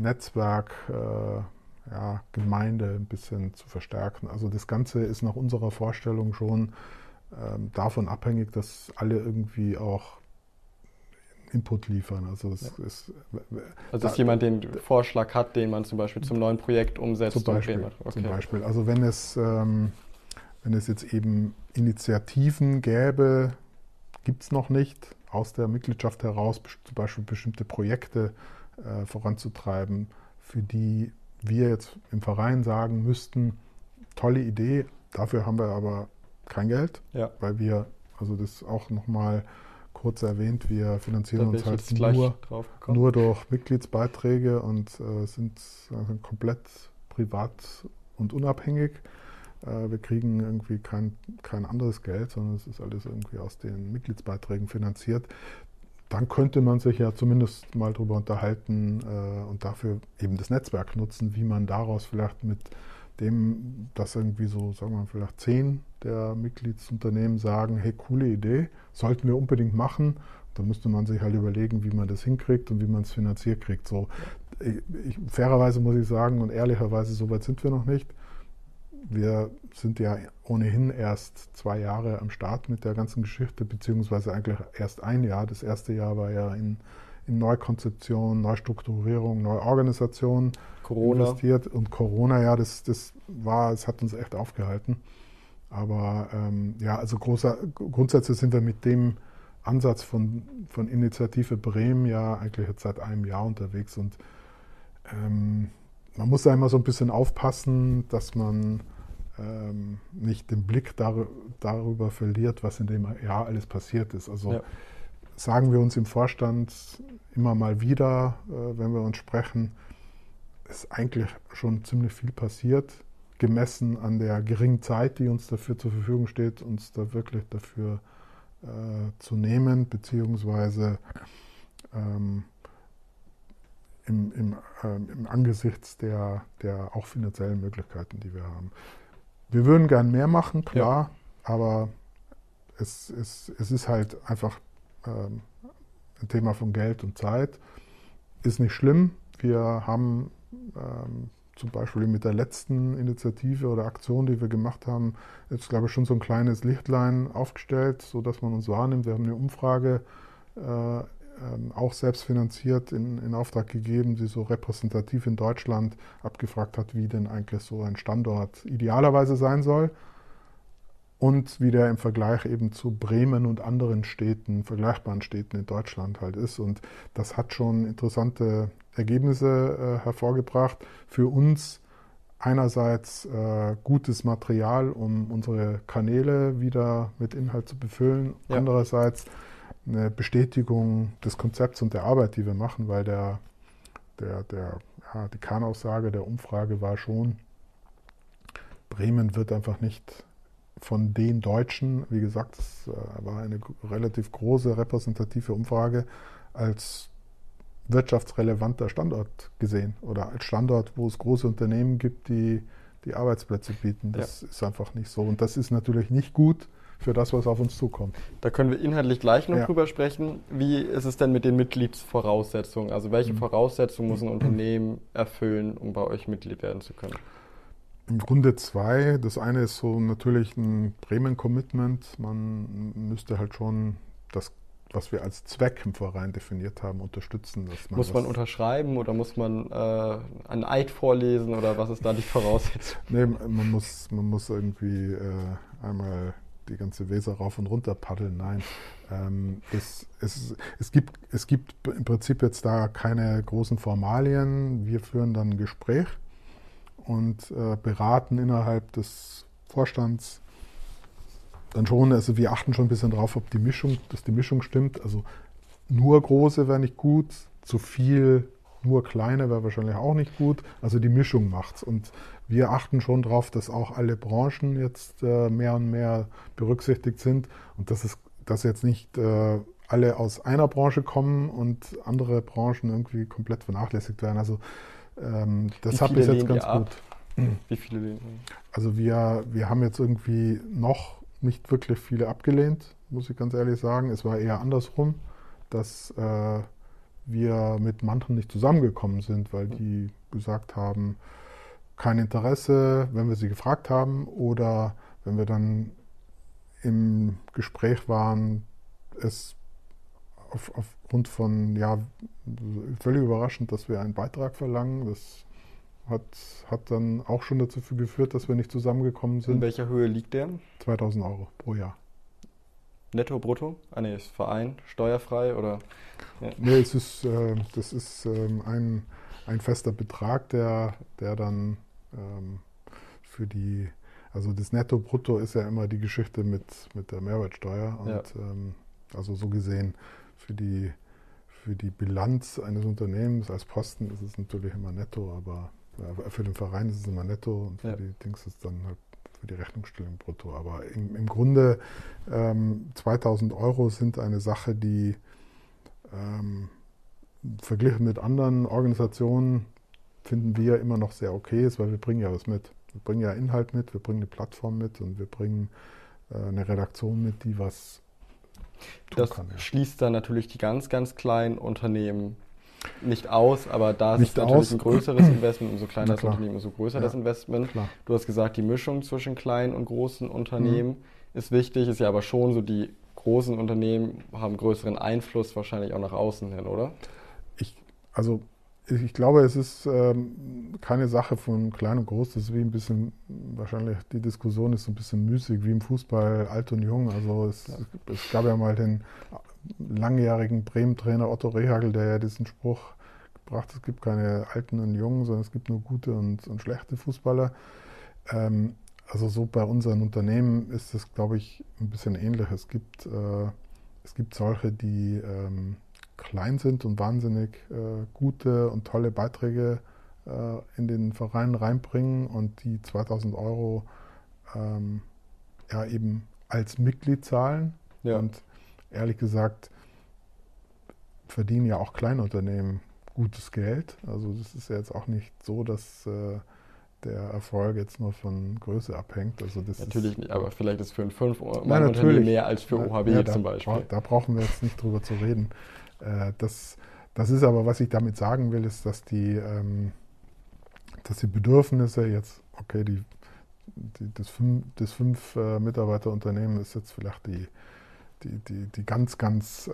Gemeinde ein bisschen zu verstärken. Also das Ganze ist nach unserer Vorstellung schon davon abhängig, dass alle irgendwie auch Input liefern. Also dass jemand den Vorschlag hat, den man zum Beispiel zum neuen Projekt umsetzt. Zum Beispiel. Also wenn es jetzt eben Initiativen gäbe, gibt es noch nicht, aus der Mitgliedschaft heraus zum Beispiel bestimmte Projekte voranzutreiben, für die wir jetzt im Verein sagen müssten, tolle Idee, dafür haben wir aber kein Geld, weil wir, also das auch nochmal kurz erwähnt, wir finanzieren uns halt nur durch Mitgliedsbeiträge und sind komplett privat und unabhängig. Wir kriegen irgendwie kein anderes Geld, sondern es ist alles irgendwie aus den Mitgliedsbeiträgen finanziert. Dann könnte man sich ja zumindest mal darüber unterhalten und dafür eben das Netzwerk nutzen, wie man daraus vielleicht mit dem, dass irgendwie so, sagen wir mal, vielleicht 10 der Mitgliedsunternehmen sagen, hey, coole Idee, sollten wir unbedingt machen. Dann müsste man sich halt überlegen, wie man das hinkriegt und wie man es finanziert kriegt. So, fairerweise muss ich sagen und ehrlicherweise, so weit sind wir noch nicht. Wir sind ja ohnehin erst 2 Jahre am Start mit der ganzen Geschichte, beziehungsweise eigentlich erst 1 Jahr. Das erste Jahr war ja in Neukonzeption, Neustrukturierung, Neuorganisation investiert. Und Corona, das hat uns echt aufgehalten. Aber also grundsätzlich sind wir mit dem Ansatz von Initiative Bremen ja eigentlich jetzt seit 1 Jahr unterwegs. Und man muss da immer so ein bisschen aufpassen, dass man nicht den Blick darüber verliert, was in dem Jahr alles passiert ist. Also sagen wir uns im Vorstand immer mal wieder, wenn wir uns sprechen, ist eigentlich schon ziemlich viel passiert, gemessen an der geringen Zeit, die uns dafür zur Verfügung steht, uns da wirklich dafür zu nehmen, beziehungsweise im Angesichts der auch finanziellen Möglichkeiten, die wir haben. Wir würden gern mehr machen, klar, aber es ist halt einfach ein Thema von Geld und Zeit. Ist nicht schlimm. Wir haben zum Beispiel mit der letzten Initiative oder Aktion, die wir gemacht haben, jetzt glaube ich schon so ein kleines Lichtlein aufgestellt, sodass man uns wahrnimmt. Wir haben eine Umfrage auch selbst finanziert in Auftrag gegeben, die so repräsentativ in Deutschland abgefragt hat, wie denn eigentlich so ein Standort idealerweise sein soll und wie der im Vergleich eben zu Bremen und anderen Städten, vergleichbaren Städten in Deutschland halt ist. Und das hat schon interessante Ergebnisse hervorgebracht. Für uns einerseits gutes Material, um unsere Kanäle wieder mit Inhalt zu befüllen. Andererseits eine Bestätigung des Konzepts und der Arbeit, die wir machen, weil die Kernaussage der Umfrage war schon, Bremen wird einfach nicht von den Deutschen, wie gesagt, es war eine relativ große repräsentative Umfrage, als wirtschaftsrelevanter Standort gesehen oder als Standort, wo es große Unternehmen gibt, die Arbeitsplätze bieten. Das ist einfach nicht so. Und das ist natürlich nicht gut für das, was auf uns zukommt. Da können wir inhaltlich gleich noch drüber sprechen. Wie ist es denn mit den Mitgliedsvoraussetzungen? Also welche Voraussetzungen muss ein Unternehmen erfüllen, um bei euch Mitglied werden zu können? Im Grunde zwei. Das eine ist so natürlich ein Bremen-Commitment. Man müsste halt schon das, was wir als Zweck im Verein definiert haben, unterstützen. Muss man unterschreiben oder muss man einen Eid vorlesen oder was ist da die Voraussetzung? Nee, man muss irgendwie einmal die ganze Weser rauf und runter paddeln. Nein, es gibt im Prinzip jetzt da keine großen Formalien. Wir führen dann ein Gespräch und beraten innerhalb des Vorstands dann schon, also wir achten schon ein bisschen drauf, dass die Mischung stimmt. Also nur große wäre nicht gut, zu viel nur kleine wäre wahrscheinlich auch nicht gut. Also die Mischung macht's. Und wir achten schon darauf, dass auch alle Branchen jetzt mehr und mehr berücksichtigt sind und dass jetzt nicht alle aus einer Branche kommen und andere Branchen irgendwie komplett vernachlässigt werden. Also das hat bis jetzt ganz gut. Wie viele lehnen? Also wir haben jetzt irgendwie noch nicht wirklich viele abgelehnt, muss ich ganz ehrlich sagen. Es war eher andersrum, dass wir mit manchen nicht zusammengekommen sind, weil die gesagt haben, kein Interesse, wenn wir sie gefragt haben oder wenn wir dann im Gespräch waren, es aufgrund von, ja, völlig überraschend, dass wir einen Beitrag verlangen. Das hat dann auch schon dazu geführt, dass wir nicht zusammengekommen sind. In welcher Höhe liegt der? 2.000 € pro Jahr. Netto, brutto? Ah ne, ist Verein, steuerfrei oder? Ja. Nee, das ist ein fester Betrag, der dann also das Netto-Brutto ist ja immer die Geschichte mit der Mehrwertsteuer und also so gesehen für die Bilanz eines Unternehmens als Posten ist es natürlich immer netto, aber für den Verein ist es immer netto und für die Dings ist es dann halt für die Rechnungsstellung brutto. Aber im Grunde 2.000 € sind eine Sache, die verglichen mit anderen Organisationen finden wir immer noch sehr okay ist, weil wir bringen ja was mit. Wir bringen ja Inhalt mit, wir bringen eine Plattform mit und wir bringen eine Redaktion mit, die was tun kann. Das schließt dann natürlich die ganz, ganz kleinen Unternehmen nicht aus, aber da ist es natürlich ein größeres Investment, umso kleiner das Unternehmen, umso größer das Investment. Klar. Du hast gesagt, die Mischung zwischen kleinen und großen Unternehmen ist wichtig, ist ja aber schon so, die großen Unternehmen haben größeren Einfluss wahrscheinlich auch nach außen hin, oder? Ich glaube, es ist keine Sache von klein und groß, das ist wie ein bisschen, wahrscheinlich die Diskussion ist so ein bisschen müßig, wie im Fußball, alt und jung. Also es gab ja mal den langjährigen Bremen-Trainer Otto Rehhagel, der ja diesen Spruch gebracht hat, es gibt keine alten und jungen, sondern es gibt nur gute und schlechte Fußballer. Also so bei unseren Unternehmen ist es, glaube ich, ein bisschen ähnlich. Es gibt solche, die klein sind und wahnsinnig gute und tolle Beiträge in den Verein reinbringen und die 2.000 € eben als Mitglied zahlen. Ja. Und ehrlich gesagt verdienen ja auch Kleinunternehmen gutes Geld. Also das ist ja jetzt auch nicht so, dass der Erfolg jetzt nur von Größe abhängt. Also das natürlich nicht, aber vielleicht ist für ein 5-Mann-Unternehmen mehr als für OHB zum Beispiel. Da brauchen wir jetzt nicht drüber zu reden. Das ist aber, was ich damit sagen will, ist, dass die Bedürfnisse jetzt, okay, das 5 Mitarbeiterunternehmen ist jetzt vielleicht die ganz, ganz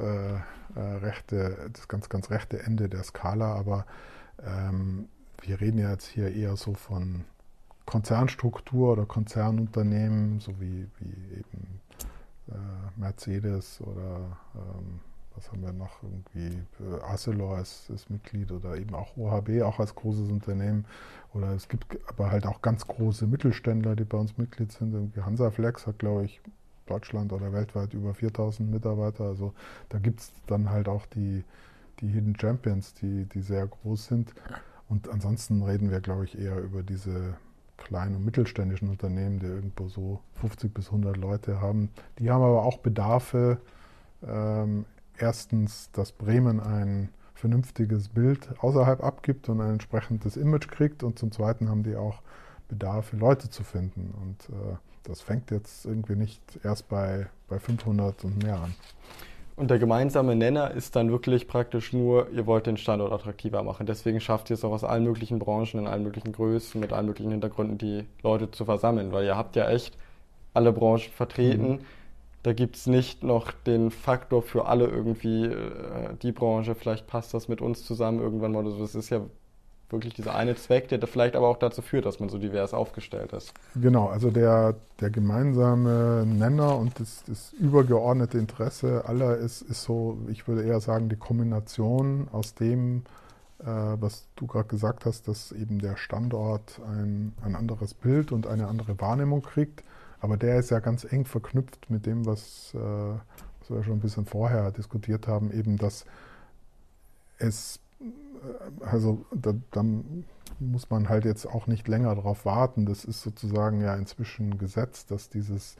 rechte Ende der Skala, aber wir reden ja jetzt hier eher so von Konzernstruktur oder Konzernunternehmen, so wie eben Mercedes oder was haben wir noch, irgendwie Arcelor ist Mitglied oder eben auch OHB, auch als großes Unternehmen. Oder es gibt aber halt auch ganz große Mittelständler, die bei uns Mitglied sind. Irgendwie Hansaflex hat, glaube ich, Deutschland oder weltweit über 4000 Mitarbeiter. Also da gibt es dann halt auch die Hidden Champions, die sehr groß sind. Und ansonsten reden wir, glaube ich, eher über diese kleinen und mittelständischen Unternehmen, die irgendwo so 50 bis 100 Leute haben. Die haben aber auch Bedarfe. Erstens, dass Bremen ein vernünftiges Bild außerhalb abgibt und ein entsprechendes Image kriegt. Und zum Zweiten haben die auch Bedarf, Leute zu finden. Und das fängt jetzt irgendwie nicht erst bei 500 und mehr an. Und der gemeinsame Nenner ist dann wirklich praktisch nur, ihr wollt den Standort attraktiver machen. Deswegen schafft ihr es auch aus allen möglichen Branchen, in allen möglichen Größen, mit allen möglichen Hintergründen, die Leute zu versammeln. Weil ihr habt ja echt alle Branchen vertreten. Da gibt es nicht noch den Faktor für alle irgendwie, die Branche, vielleicht passt das mit uns zusammen irgendwann mal. Also das ist ja wirklich dieser eine Zweck, der vielleicht aber auch dazu führt, dass man so divers aufgestellt ist. Genau, also der gemeinsame Nenner und das übergeordnete Interesse aller ist so, ich würde eher sagen, die Kombination aus dem, was du gerade gesagt hast, dass eben der Standort ein anderes Bild und eine andere Wahrnehmung kriegt. Aber der ist ja ganz eng verknüpft mit dem, was wir schon ein bisschen vorher diskutiert haben, eben, dass es, also dann muss man halt jetzt auch nicht länger darauf warten. Das ist sozusagen ja inzwischen Gesetz, dass dieses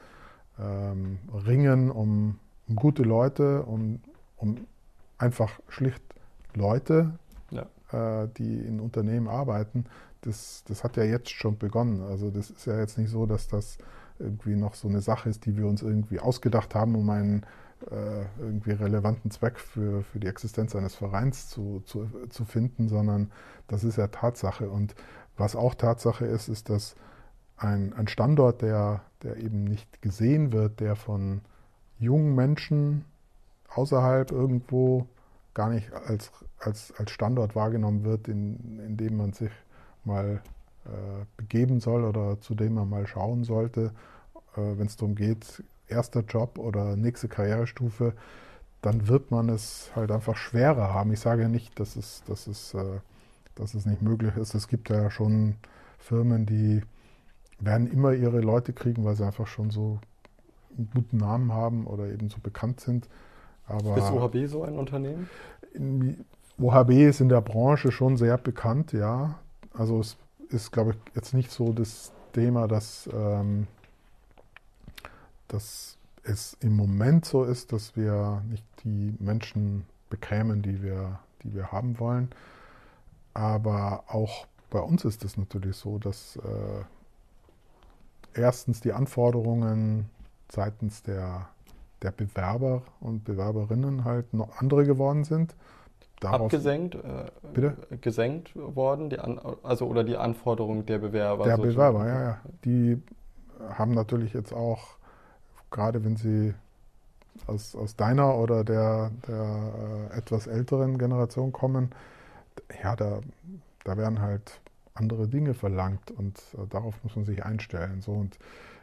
Ringen um gute Leute, um einfach schlicht Leute, die in Unternehmen arbeiten, das hat ja jetzt schon begonnen. Also das ist ja jetzt nicht so, dass das irgendwie noch so eine Sache ist, die wir uns irgendwie ausgedacht haben, um einen irgendwie relevanten Zweck für die Existenz eines Vereins zu finden, sondern das ist ja Tatsache. Und was auch Tatsache ist, ist, dass ein Standort, der eben nicht gesehen wird, der von jungen Menschen außerhalb irgendwo gar nicht als Standort wahrgenommen wird, in dem man sich mal begeben soll oder zu dem man mal schauen sollte, wenn es darum geht, erster Job oder nächste Karrierestufe, dann wird man es halt einfach schwerer haben. Ich sage ja nicht, dass es nicht möglich ist. Es gibt ja schon Firmen, die werden immer ihre Leute kriegen, weil sie einfach schon so einen guten Namen haben oder eben so bekannt sind. Aber ist OHB so ein Unternehmen? OHB ist in der Branche schon sehr bekannt, ja. Also es ist, glaube ich, jetzt nicht so das Thema, dass es im Moment so ist, dass wir nicht die Menschen bekämen, die wir haben wollen. Aber auch bei uns ist es natürlich so, dass erstens die Anforderungen seitens der Bewerber und Bewerberinnen halt noch andere geworden sind. Abgesenkt? Bitte? Gesenkt worden? Die Anforderungen der Bewerber? Der Bewerber, ja. Die haben natürlich jetzt auch, gerade wenn sie aus deiner oder der etwas älteren Generation kommen, ja, da werden halt andere Dinge verlangt und darauf muss man sich einstellen. So. Und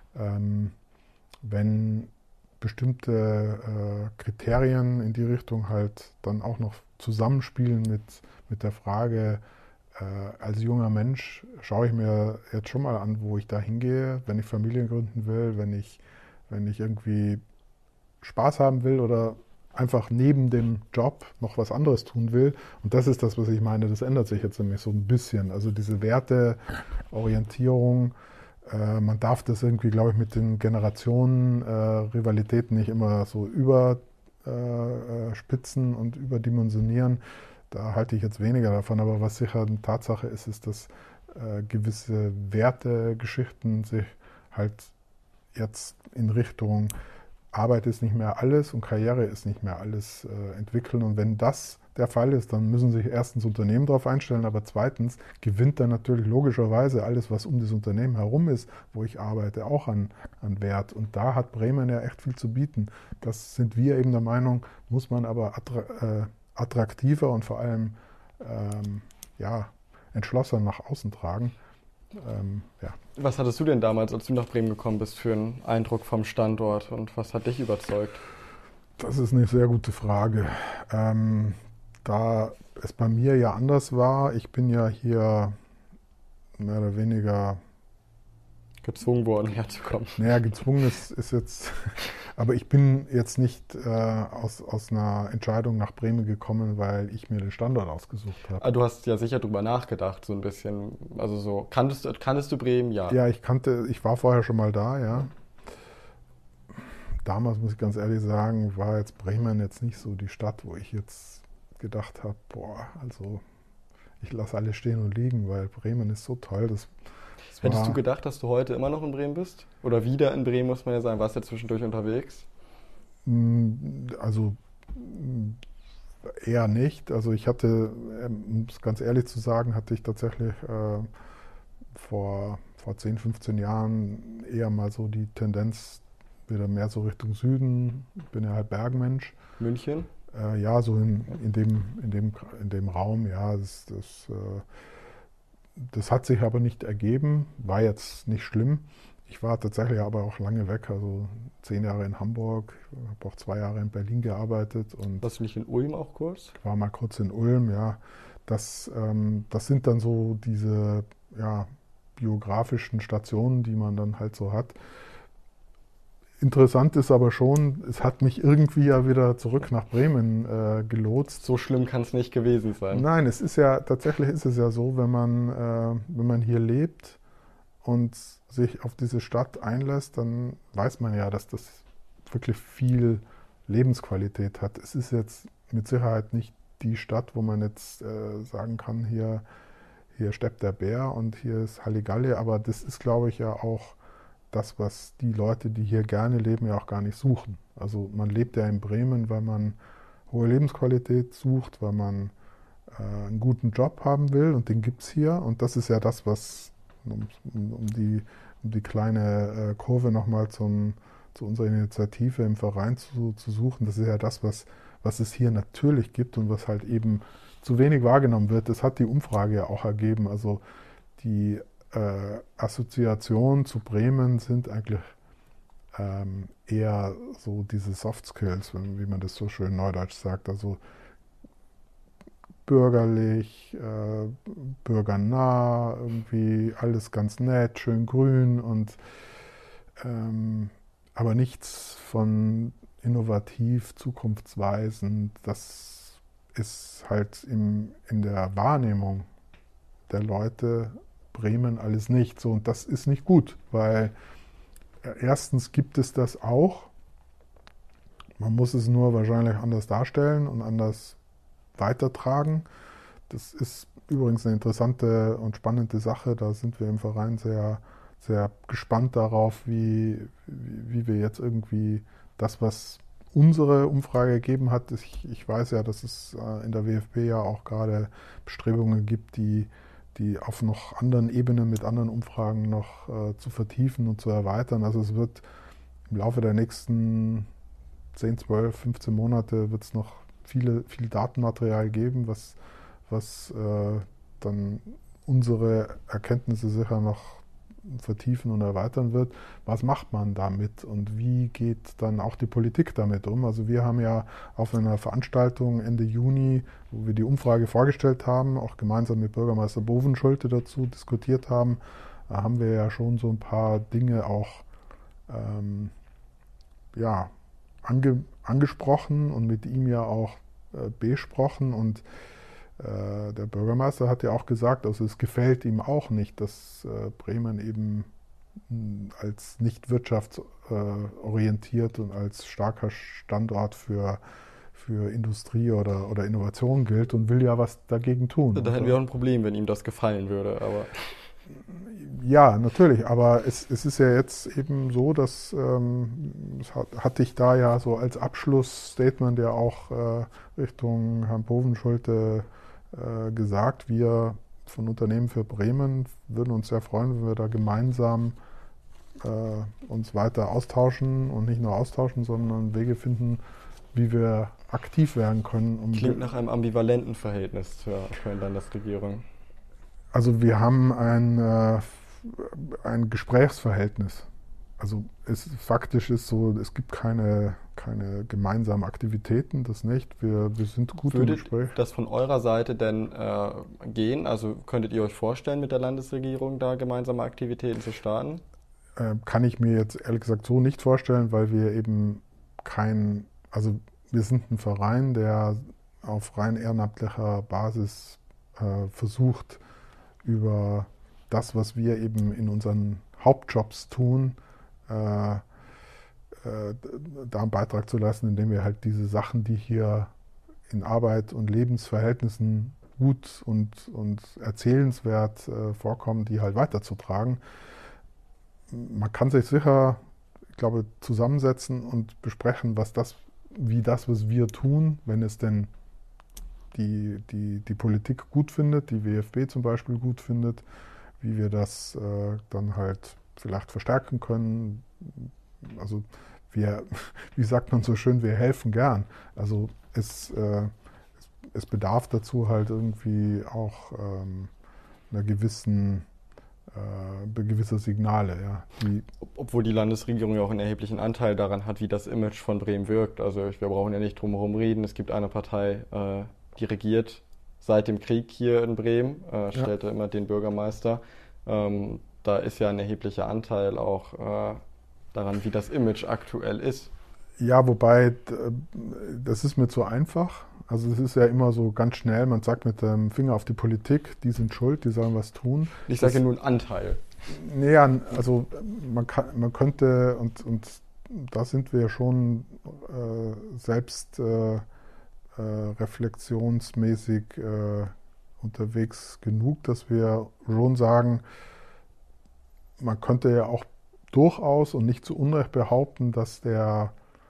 wenn bestimmte Kriterien in die Richtung halt dann auch noch zusammenspielen mit der Frage, als junger Mensch schaue ich mir jetzt schon mal an, wo ich da hingehe, wenn ich Familie gründen will, wenn ich irgendwie Spaß haben will oder einfach neben dem Job noch was anderes tun will. Und das ist das, was ich meine, das ändert sich jetzt nämlich so ein bisschen. Also diese Werteorientierung, man darf das irgendwie, glaube ich, mit den Generationen Rivalitäten nicht immer so überspitzen und überdimensionieren. Da halte ich jetzt weniger davon. Aber was sicher eine Tatsache ist, ist, dass gewisse Wertegeschichten sich halt jetzt in Richtung Arbeit ist nicht mehr alles und Karriere ist nicht mehr alles entwickeln. Und wenn das der Fall ist, dann müssen sich erstens Unternehmen darauf einstellen, aber zweitens gewinnt dann natürlich logischerweise alles, was um das Unternehmen herum ist, wo ich arbeite, auch an Wert. Und da hat Bremen ja echt viel zu bieten. Das sind wir eben der Meinung, muss man aber attraktiver und vor allem entschlossener nach außen tragen. Was hattest du denn damals, als du nach Bremen gekommen bist, für einen Eindruck vom Standort und was hat dich überzeugt? Das ist eine sehr gute Frage. Da es bei mir ja anders war, ich bin ja hier mehr oder weniger Gezwungen worden, herzukommen. Naja, gezwungen ist jetzt, aber ich bin jetzt nicht aus einer Entscheidung nach Bremen gekommen, weil ich mir den Standort ausgesucht habe. Ah, du hast ja sicher drüber nachgedacht, so ein bisschen. Also so, kanntest du Bremen? Ja. Ja, ich war vorher schon mal da, ja. Damals, muss ich ganz ehrlich sagen, war jetzt Bremen jetzt nicht so die Stadt, wo ich jetzt gedacht habe, boah, also ich lasse alles stehen und liegen, weil Bremen ist so toll. Hättest du gedacht, dass du heute immer noch in Bremen bist? Oder wieder in Bremen, muss man ja sagen. Warst du ja zwischendurch unterwegs? Also eher nicht. Also ich hatte, um es ganz ehrlich zu sagen, hatte ich tatsächlich vor 10, 15 Jahren eher mal so die Tendenz, wieder mehr so Richtung Süden. Ich bin ja halt Bergmensch. München? Ja, so in dem Raum, ja. Das hat sich aber nicht ergeben, war jetzt nicht schlimm. Ich war tatsächlich aber auch lange weg, also 10 Jahre in Hamburg, habe auch 2 Jahre in Berlin gearbeitet und Warst du nicht in Ulm auch kurz? war mal kurz in Ulm, ja. Das sind dann so diese biografischen Stationen, die man dann halt so hat. Interessant ist aber schon, es hat mich irgendwie ja wieder zurück nach Bremen gelotst. So schlimm kann es nicht gewesen sein. Nein, tatsächlich ist es ja so, wenn man hier lebt und sich auf diese Stadt einlässt, dann weiß man ja, dass das wirklich viel Lebensqualität hat. Es ist jetzt mit Sicherheit nicht die Stadt, wo man jetzt sagen kann, hier steppt der Bär und hier ist Halligalli, aber das ist, glaube ich, ja auch das, was die Leute, die hier gerne leben, ja auch gar nicht suchen. Also man lebt ja in Bremen, weil man hohe Lebensqualität sucht, weil man einen guten Job haben will und den gibt es hier. Und das ist ja das, was, um die kleine Kurve nochmal zu unserer Initiative im Verein zu suchen, das ist ja das, was es hier natürlich gibt und was halt eben zu wenig wahrgenommen wird. Das hat die Umfrage ja auch ergeben. Also die Assoziationen zu Bremen sind eigentlich eher so diese Soft Skills, wie man das so schön neudeutsch sagt, also bürgerlich, bürgernah, irgendwie alles ganz nett, schön grün und aber nichts von innovativ, zukunftsweisend. Das ist halt in der Wahrnehmung der Leute Bremen alles nicht so und das ist nicht gut, weil erstens gibt es das auch, man muss es nur wahrscheinlich anders darstellen und anders weitertragen. Das ist übrigens eine interessante und spannende Sache, da sind wir im Verein sehr, sehr gespannt darauf, wie wir jetzt irgendwie das, was unsere Umfrage ergeben hat, ich weiß ja, dass es in der WFP ja auch gerade Bestrebungen gibt, die auf noch anderen Ebenen mit anderen Umfragen noch zu vertiefen und zu erweitern. Also es wird im Laufe der nächsten 10, 12, 15 Monate wird es noch viel Datenmaterial geben, was dann unsere Erkenntnisse sicher noch vertiefen und erweitern wird. Was macht man damit und wie geht dann auch die Politik damit um? Also wir haben ja auf einer Veranstaltung Ende Juni, wo wir die Umfrage vorgestellt haben, auch gemeinsam mit Bürgermeister Bovenschulte dazu diskutiert haben, haben wir ja schon so ein paar Dinge auch angesprochen und mit ihm ja auch besprochen und der Bürgermeister hat ja auch gesagt, also es gefällt ihm auch nicht, dass Bremen eben als nicht wirtschaftsorientiert und als starker Standort für Industrie oder Innovation gilt und will ja was dagegen tun. Da hätten wir auch ein Problem, wenn ihm das gefallen würde, aber... Ja, natürlich, aber es ist ja jetzt eben so, dass hatte ich da ja so als Abschlussstatement ja auch Richtung Herrn Bovenschulte gesagt, wir von Unternehmen für Bremen würden uns sehr freuen, wenn wir da gemeinsam uns weiter austauschen und nicht nur austauschen, sondern Wege finden, wie wir aktiv werden können. Klingt nach einem ambivalenten Verhältnis zur aktuellen Landesregierung. Also wir haben ein Gesprächsverhältnis. Also faktisch ist so, es gibt keine gemeinsamen Aktivitäten, das nicht. Wir sind gut im Gespräch. Würde das von eurer Seite denn gehen? Also könntet ihr euch vorstellen, mit der Landesregierung da gemeinsame Aktivitäten zu starten? kann ich mir jetzt ehrlich gesagt so nicht vorstellen, weil wir eben also wir sind ein Verein, der auf rein ehrenamtlicher Basis versucht, über das, was wir eben in unseren Hauptjobs tun, da einen Beitrag zu leisten, indem wir halt diese Sachen, die hier in Arbeit und Lebensverhältnissen gut und erzählenswert vorkommen, die halt weiterzutragen. Man kann sich sicher, ich glaube, zusammensetzen und besprechen, wie das, was wir tun, wenn es denn die Politik gut findet, die WFB zum Beispiel gut findet, wie wir das dann halt vielleicht verstärken können. Also wie sagt man so schön, wir helfen gern. Also es bedarf dazu halt irgendwie auch einer gewisser Signale. Ja, Obwohl die Landesregierung ja auch einen erheblichen Anteil daran hat, wie das Image von Bremen wirkt. Also wir brauchen ja nicht drum herum reden. Es gibt eine Partei, die regiert seit dem Krieg hier in Bremen, stellte immer den Bürgermeister. Da ist ja ein erheblicher Anteil auch daran, wie das Image aktuell ist. Ja, wobei, das ist mir zu einfach. Also es ist ja immer so ganz schnell, man sagt mit dem Finger auf die Politik, die sind schuld, die sollen was tun. Ich sage ja nur einen Anteil. Naja, also man könnte, und da sind wir ja schon selbst reflexionsmäßig unterwegs genug, dass wir schon sagen, man könnte ja auch durchaus und nicht zu Unrecht behaupten, dass der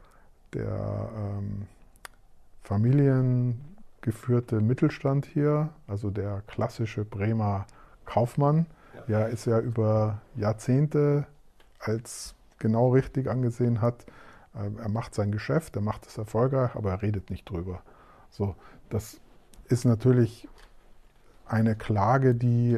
familiengeführte Mittelstand hier, also der klassische Bremer Kaufmann, ja, ist ja über Jahrzehnte als genau richtig angesehen hat. Er macht sein Geschäft, er macht es erfolgreich, aber er redet nicht drüber. So, das ist natürlich eine Klage, die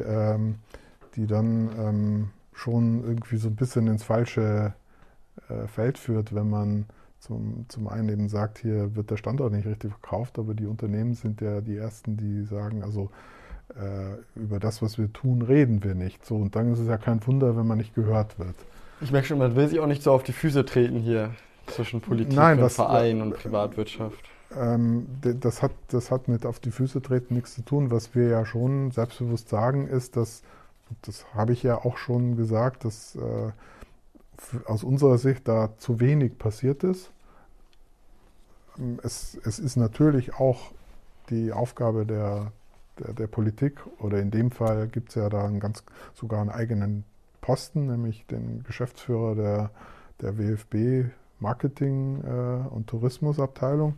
dann schon irgendwie so ein bisschen ins falsche Feld führt, wenn man zum einen eben sagt, hier wird der Standort nicht richtig verkauft, aber die Unternehmen sind ja die Ersten, die sagen, also über das, was wir tun, reden wir nicht. So, und dann ist es ja kein Wunder, wenn man nicht gehört wird. Ich merke schon, man will sich auch nicht so auf die Füße treten hier zwischen Politik und Verein und Privatwirtschaft. Das hat mit auf die Füße treten nichts zu tun. Was wir ja schon selbstbewusst sagen, ist, dass, das habe ich ja auch schon gesagt, dass aus unserer Sicht da zu wenig passiert ist. Es ist natürlich auch die Aufgabe der Politik, oder in dem Fall gibt es ja da sogar einen eigenen Posten, nämlich den Geschäftsführer der WFB Marketing und Tourismusabteilung.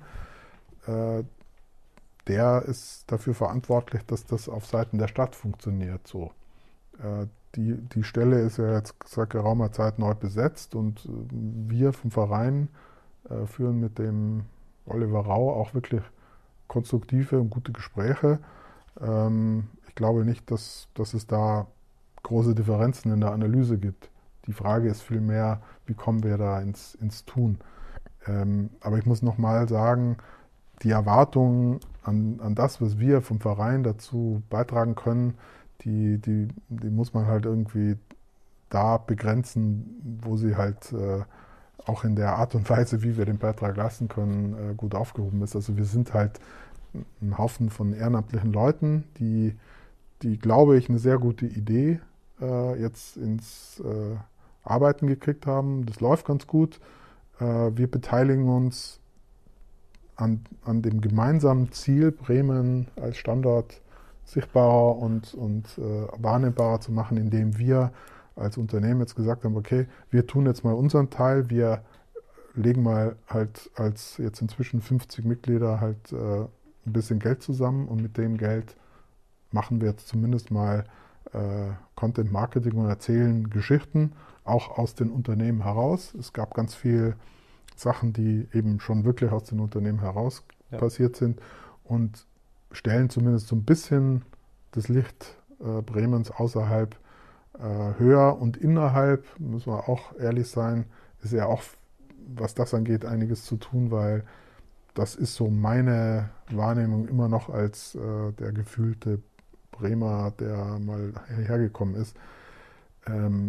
Der ist dafür verantwortlich, dass das auf Seiten der Stadt funktioniert. So. Die Stelle ist ja jetzt seit geraumer Zeit neu besetzt, und wir vom Verein führen mit dem Oliver Rau auch wirklich konstruktive und gute Gespräche. Ich glaube nicht, dass es da große Differenzen in der Analyse gibt. Die Frage ist vielmehr, wie kommen wir da ins Tun? Aber ich muss nochmal sagen, die Erwartungen an das, was wir vom Verein dazu beitragen können, die muss man halt irgendwie da begrenzen, wo sie halt auch in der Art und Weise, wie wir den Beitrag leisten können, gut aufgehoben ist. Also wir sind halt ein Haufen von ehrenamtlichen Leuten, die glaube ich, eine sehr gute Idee jetzt ins Arbeiten gekriegt haben. Das läuft ganz gut. Wir beteiligen uns an dem gemeinsamen Ziel, Bremen als Standort sichtbarer und wahrnehmbarer zu machen, indem wir als Unternehmen jetzt gesagt haben, okay, wir tun jetzt mal unseren Teil, wir legen mal halt als jetzt inzwischen 50 Mitglieder halt ein bisschen Geld zusammen, und mit dem Geld machen wir jetzt zumindest mal Content Marketing und erzählen Geschichten, auch aus den Unternehmen heraus. Es gab ganz viele Sachen, die eben schon wirklich aus den Unternehmen heraus passiert sind, und stellen zumindest so ein bisschen das Licht Bremens außerhalb höher, und innerhalb, müssen wir auch ehrlich sein, ist ja auch, was das angeht, einiges zu tun, weil das ist so meine Wahrnehmung immer noch als der gefühlte Bremer, der mal hergekommen ist.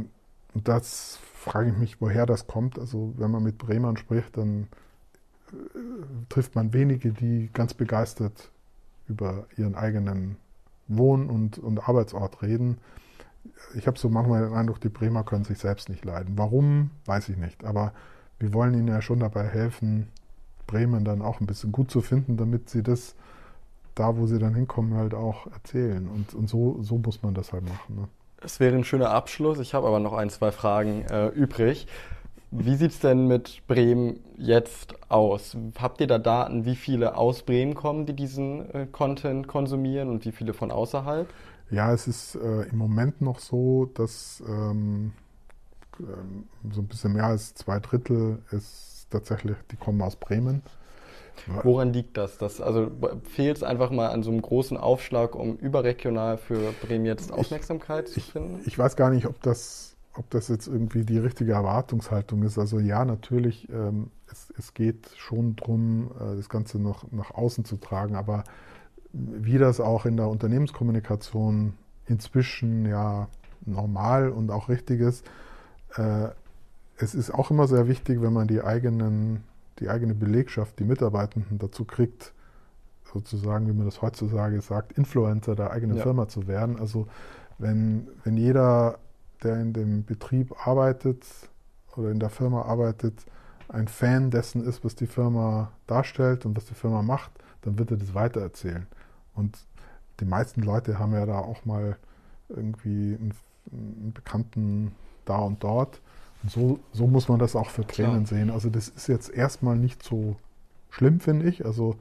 Und das frage ich mich, woher das kommt. Also wenn man mit Bremern spricht, dann trifft man wenige, die ganz begeistert über ihren eigenen Wohn- und Arbeitsort reden. Ich habe so manchmal den Eindruck, die Bremer können sich selbst nicht leiden. Warum, weiß ich nicht. Aber wir wollen ihnen ja schon dabei helfen, Bremen dann auch ein bisschen gut zu finden, damit sie das da, wo sie dann hinkommen, halt auch erzählen. Und so muss man das halt machen. Ne? Es wäre ein schöner Abschluss. Ich habe aber noch ein, zwei Fragen übrig. Wie sieht es denn mit Bremen jetzt aus? Habt ihr da Daten, wie viele aus Bremen kommen, die diesen Content konsumieren und wie viele von außerhalb? Ja, es ist im Moment noch so, dass so ein bisschen mehr als 2 Drittel ist tatsächlich, die kommen aus Bremen. Woran liegt das? Also fehlt es einfach mal an so einem großen Aufschlag, um überregional für Bremen jetzt Aufmerksamkeit zu finden? Ich weiß gar nicht, ob das jetzt irgendwie die richtige Erwartungshaltung ist. Also ja, natürlich, es geht schon darum, das Ganze noch nach außen zu tragen, aber wie das auch in der Unternehmenskommunikation inzwischen ja normal und auch richtig ist, es ist auch immer sehr wichtig, wenn man die eigene Belegschaft, die Mitarbeitenden dazu kriegt, sozusagen, wie man das heutzutage sagt, Influencer der eigenen Firma zu werden. Also wenn jeder, der in dem Betrieb arbeitet oder in der Firma arbeitet, ein Fan dessen ist, was die Firma darstellt und was die Firma macht, dann wird er das weitererzählen. Und die meisten Leute haben ja da auch mal irgendwie einen Bekannten da und dort. Und so muss man das auch für Bremen sehen. Also das ist jetzt erstmal nicht so schlimm, finde ich. Also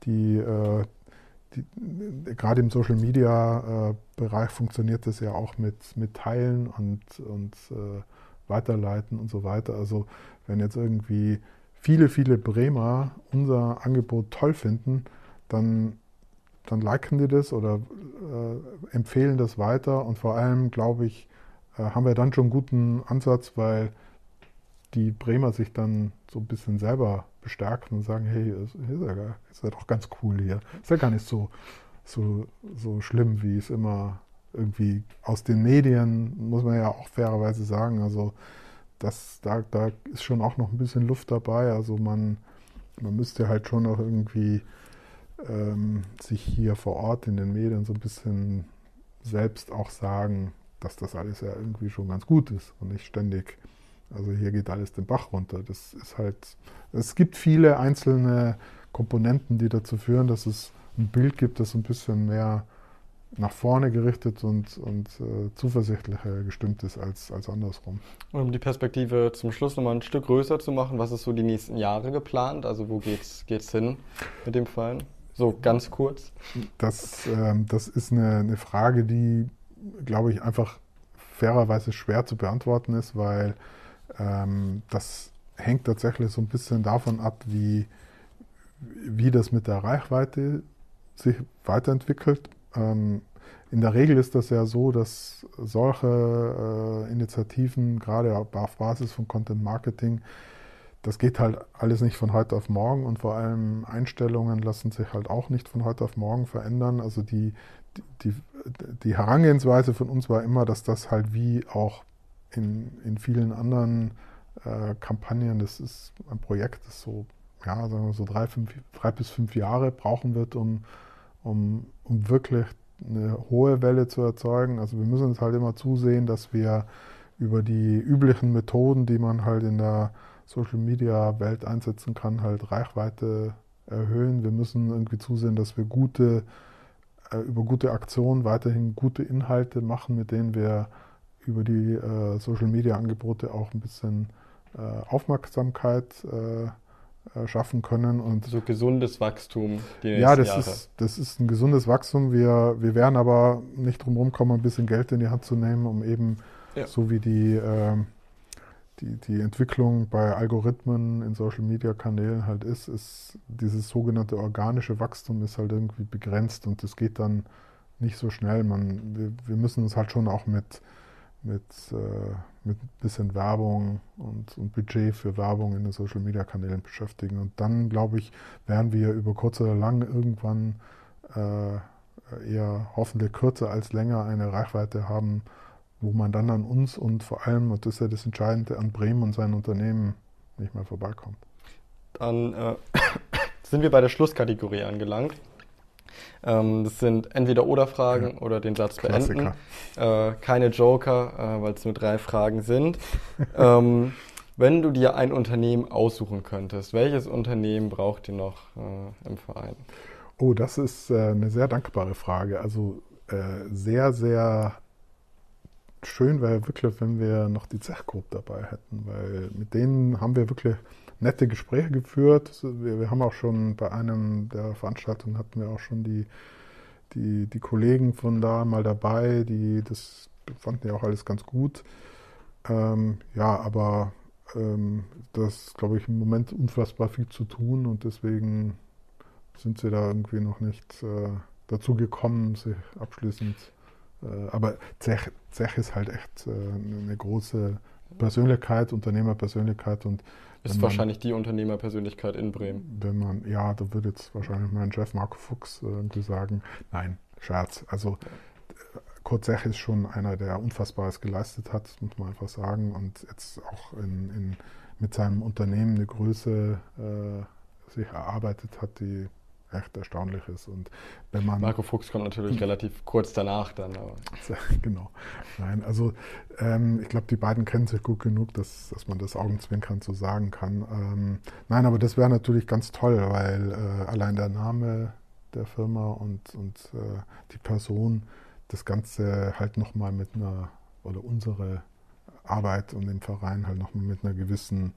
gerade im Social Media Bereich funktioniert das ja auch mit Teilen und Weiterleiten und so weiter. Also wenn jetzt irgendwie viele Bremer unser Angebot toll finden, dann liken die das oder empfehlen das weiter. Und vor allem, glaube ich, haben wir dann schon einen guten Ansatz, weil die Bremer sich dann so ein bisschen selber bestärken und sagen, hey, ist ja doch ganz cool hier. Ist ja gar nicht so schlimm, wie es immer irgendwie aus den Medien, muss man ja auch fairerweise sagen. Also da ist schon auch noch ein bisschen Luft dabei. Also man müsste halt schon auch irgendwie sich hier vor Ort in den Medien so ein bisschen selbst auch sagen, dass das alles ja irgendwie schon ganz gut ist und nicht ständig, also hier geht alles den Bach runter. Das ist halt, es gibt viele einzelne Komponenten, die dazu führen, dass es ein Bild gibt, das ein bisschen mehr nach vorne gerichtet und zuversichtlicher gestimmt ist als andersrum. Und um die Perspektive zum Schluss nochmal ein Stück größer zu machen, was ist so die nächsten Jahre geplant? Also wo geht's hin mit dem Verein? So ganz kurz. Das ist eine Frage, die, glaube ich, einfach fairerweise schwer zu beantworten ist, weil das hängt tatsächlich so ein bisschen davon ab, wie das mit der Reichweite sich weiterentwickelt. In der Regel ist das ja so, dass solche Initiativen, gerade auf Basis von Content Marketing, das geht halt alles nicht von heute auf morgen und vor allem Einstellungen lassen sich halt auch nicht von heute auf morgen verändern. Also die Herangehensweise von uns war immer, dass das halt wie auch in vielen anderen Kampagnen, das ist ein Projekt, das so, ja, sagen wir so 3 bis 5 Jahre brauchen wird, um wirklich eine hohe Welle zu erzeugen. Also wir müssen jetzt halt immer zusehen, dass wir über die üblichen Methoden, die man halt in der Social-Media-Welt einsetzen kann, halt Reichweite erhöhen. Wir müssen irgendwie zusehen, dass wir über gute Aktionen weiterhin gute Inhalte machen, mit denen wir über die Social-Media-Angebote auch ein bisschen Aufmerksamkeit schaffen können. Und so gesundes Wachstum die ja, nächsten Jahre. Das ist ein gesundes Wachstum. Wir werden aber nicht drum rumkommen, ein bisschen Geld in die Hand zu nehmen, um eben so wie die Entwicklung bei Algorithmen in Social-Media-Kanälen halt ist dieses sogenannte organische Wachstum ist halt irgendwie begrenzt und das geht dann nicht so schnell. Wir müssen uns halt schon auch mit ein bisschen Werbung und Budget für Werbung in den Social-Media-Kanälen beschäftigen. Und dann, glaube ich, werden wir über kurz oder lang irgendwann eher hoffentlich kürzer als länger eine Reichweite haben, wo man dann an uns und vor allem, und das ist ja das Entscheidende, an Bremen und seinen Unternehmen nicht mehr vorbeikommt. Dann sind wir bei der Schlusskategorie angelangt. Das sind Entweder-Oder-Fragen oder den Satz beenden. Keine Joker, weil es nur 3 Fragen sind. Wenn du dir ein Unternehmen aussuchen könntest, welches Unternehmen braucht ihr noch im Verein? Oh, das ist eine sehr dankbare Frage. Also sehr, sehr schön wäre wirklich, wenn wir noch die Zechgruppe dabei hätten, weil mit denen haben wir wirklich nette Gespräche geführt. Wir haben auch schon bei einem der Veranstaltungen hatten wir auch schon die Kollegen von da mal dabei, das fanden ja auch alles ganz gut. Ja, aber das ist, glaube ich, im Moment unfassbar viel zu tun und deswegen sind sie da irgendwie noch nicht dazu gekommen, sich abschließend. Aber Zech ist halt echt eine große Persönlichkeit, Unternehmerpersönlichkeit und ist wahrscheinlich die Unternehmerpersönlichkeit in Bremen. Ja, da würde jetzt wahrscheinlich mein Chef Marco Fuchs irgendwie sagen, nein, Scherz. Also Kurt Zech ist schon einer, der Unfassbares geleistet hat, muss man einfach sagen. Und jetzt auch mit seinem Unternehmen eine Größe sich erarbeitet hat, die echt erstaunlich ist. Und wenn man Marco Fuchs kommt natürlich relativ kurz danach dann. Aber. Genau. Nein, also ich glaube, die beiden kennen sich gut genug, dass man das augenzwinkernd so sagen kann. Nein, aber das wäre natürlich ganz toll, weil allein der Name der Firma und die Person das Ganze halt nochmal oder unsere Arbeit und den Verein halt nochmal mit einer gewissen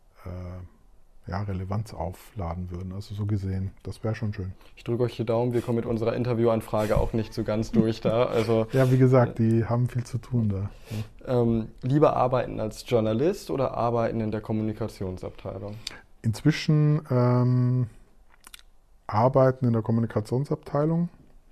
Relevanz aufladen würden. Also so gesehen, das wäre schon schön. Ich drücke euch die Daumen, wir kommen mit unserer Interviewanfrage auch nicht so ganz durch da. Also, ja, wie gesagt, die haben viel zu tun da. Ja. Lieber arbeiten als Journalist oder arbeiten in der Kommunikationsabteilung? Inzwischen arbeiten in der Kommunikationsabteilung.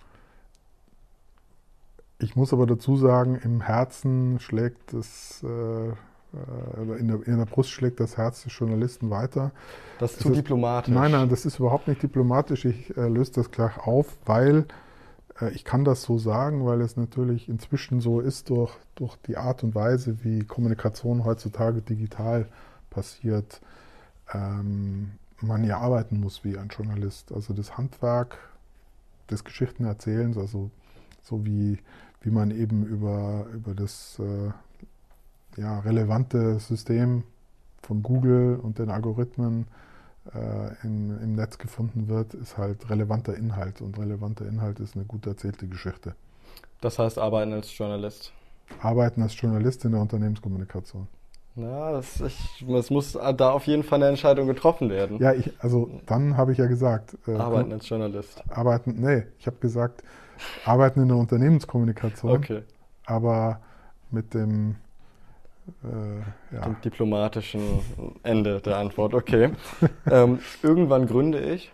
Ich muss aber dazu sagen, im Herzen schlägt es in der Brust schlägt das Herz des Journalisten weiter. Das ist zu diplomatisch. Nein, das ist überhaupt nicht diplomatisch. Ich löse das gleich auf, weil ich kann das so sagen, weil es natürlich inzwischen so ist durch die Art und Weise, wie Kommunikation heutzutage digital passiert, man ja arbeiten muss wie ein Journalist. Also das Handwerk des Geschichtenerzählens, also so wie man eben über das relevante System von Google und den Algorithmen im Netz gefunden wird, ist halt relevanter Inhalt. Und relevanter Inhalt ist eine gut erzählte Geschichte. Das heißt, arbeiten als Journalist? Arbeiten als Journalist in der Unternehmenskommunikation. Ja, es muss da auf jeden Fall eine Entscheidung getroffen werden. Ja, dann habe ich ja gesagt. Arbeiten als Journalist. Ich habe gesagt, arbeiten in der Unternehmenskommunikation. Okay. Aber mit dem dem diplomatischen Ende der Antwort, okay. Irgendwann gründe ich?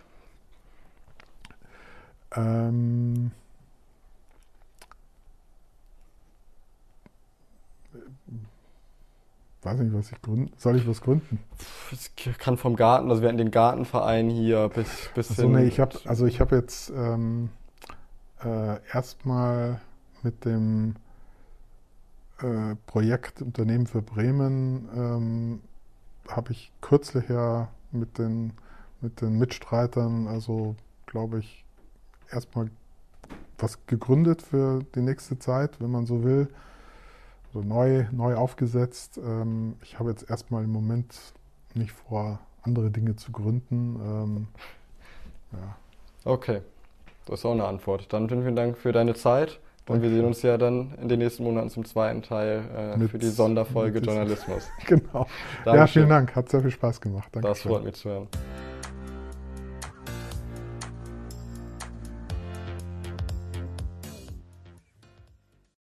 Weiß nicht, was ich gründen. Soll ich was gründen? Es kann vom Garten, also wir hatten den Gartenverein hier bis hin. Nee, ich habe jetzt erstmal mit dem Projekt Unternehmen für Bremen habe ich kürzlich ja mit den Mitstreitern, also glaube ich, erstmal was gegründet für die nächste Zeit, wenn man so will. Also neu aufgesetzt. Ich habe jetzt erstmal im Moment nicht vor, andere Dinge zu gründen. Ja. Okay, das ist auch eine Antwort. Dann vielen Dank für deine Zeit. Und wir sehen uns ja dann in den nächsten Monaten zum zweiten Teil für die Sonderfolge Journalismus. Genau. Dankeschön. Ja, vielen Dank. Hat sehr viel Spaß gemacht. Das freut mich zu hören.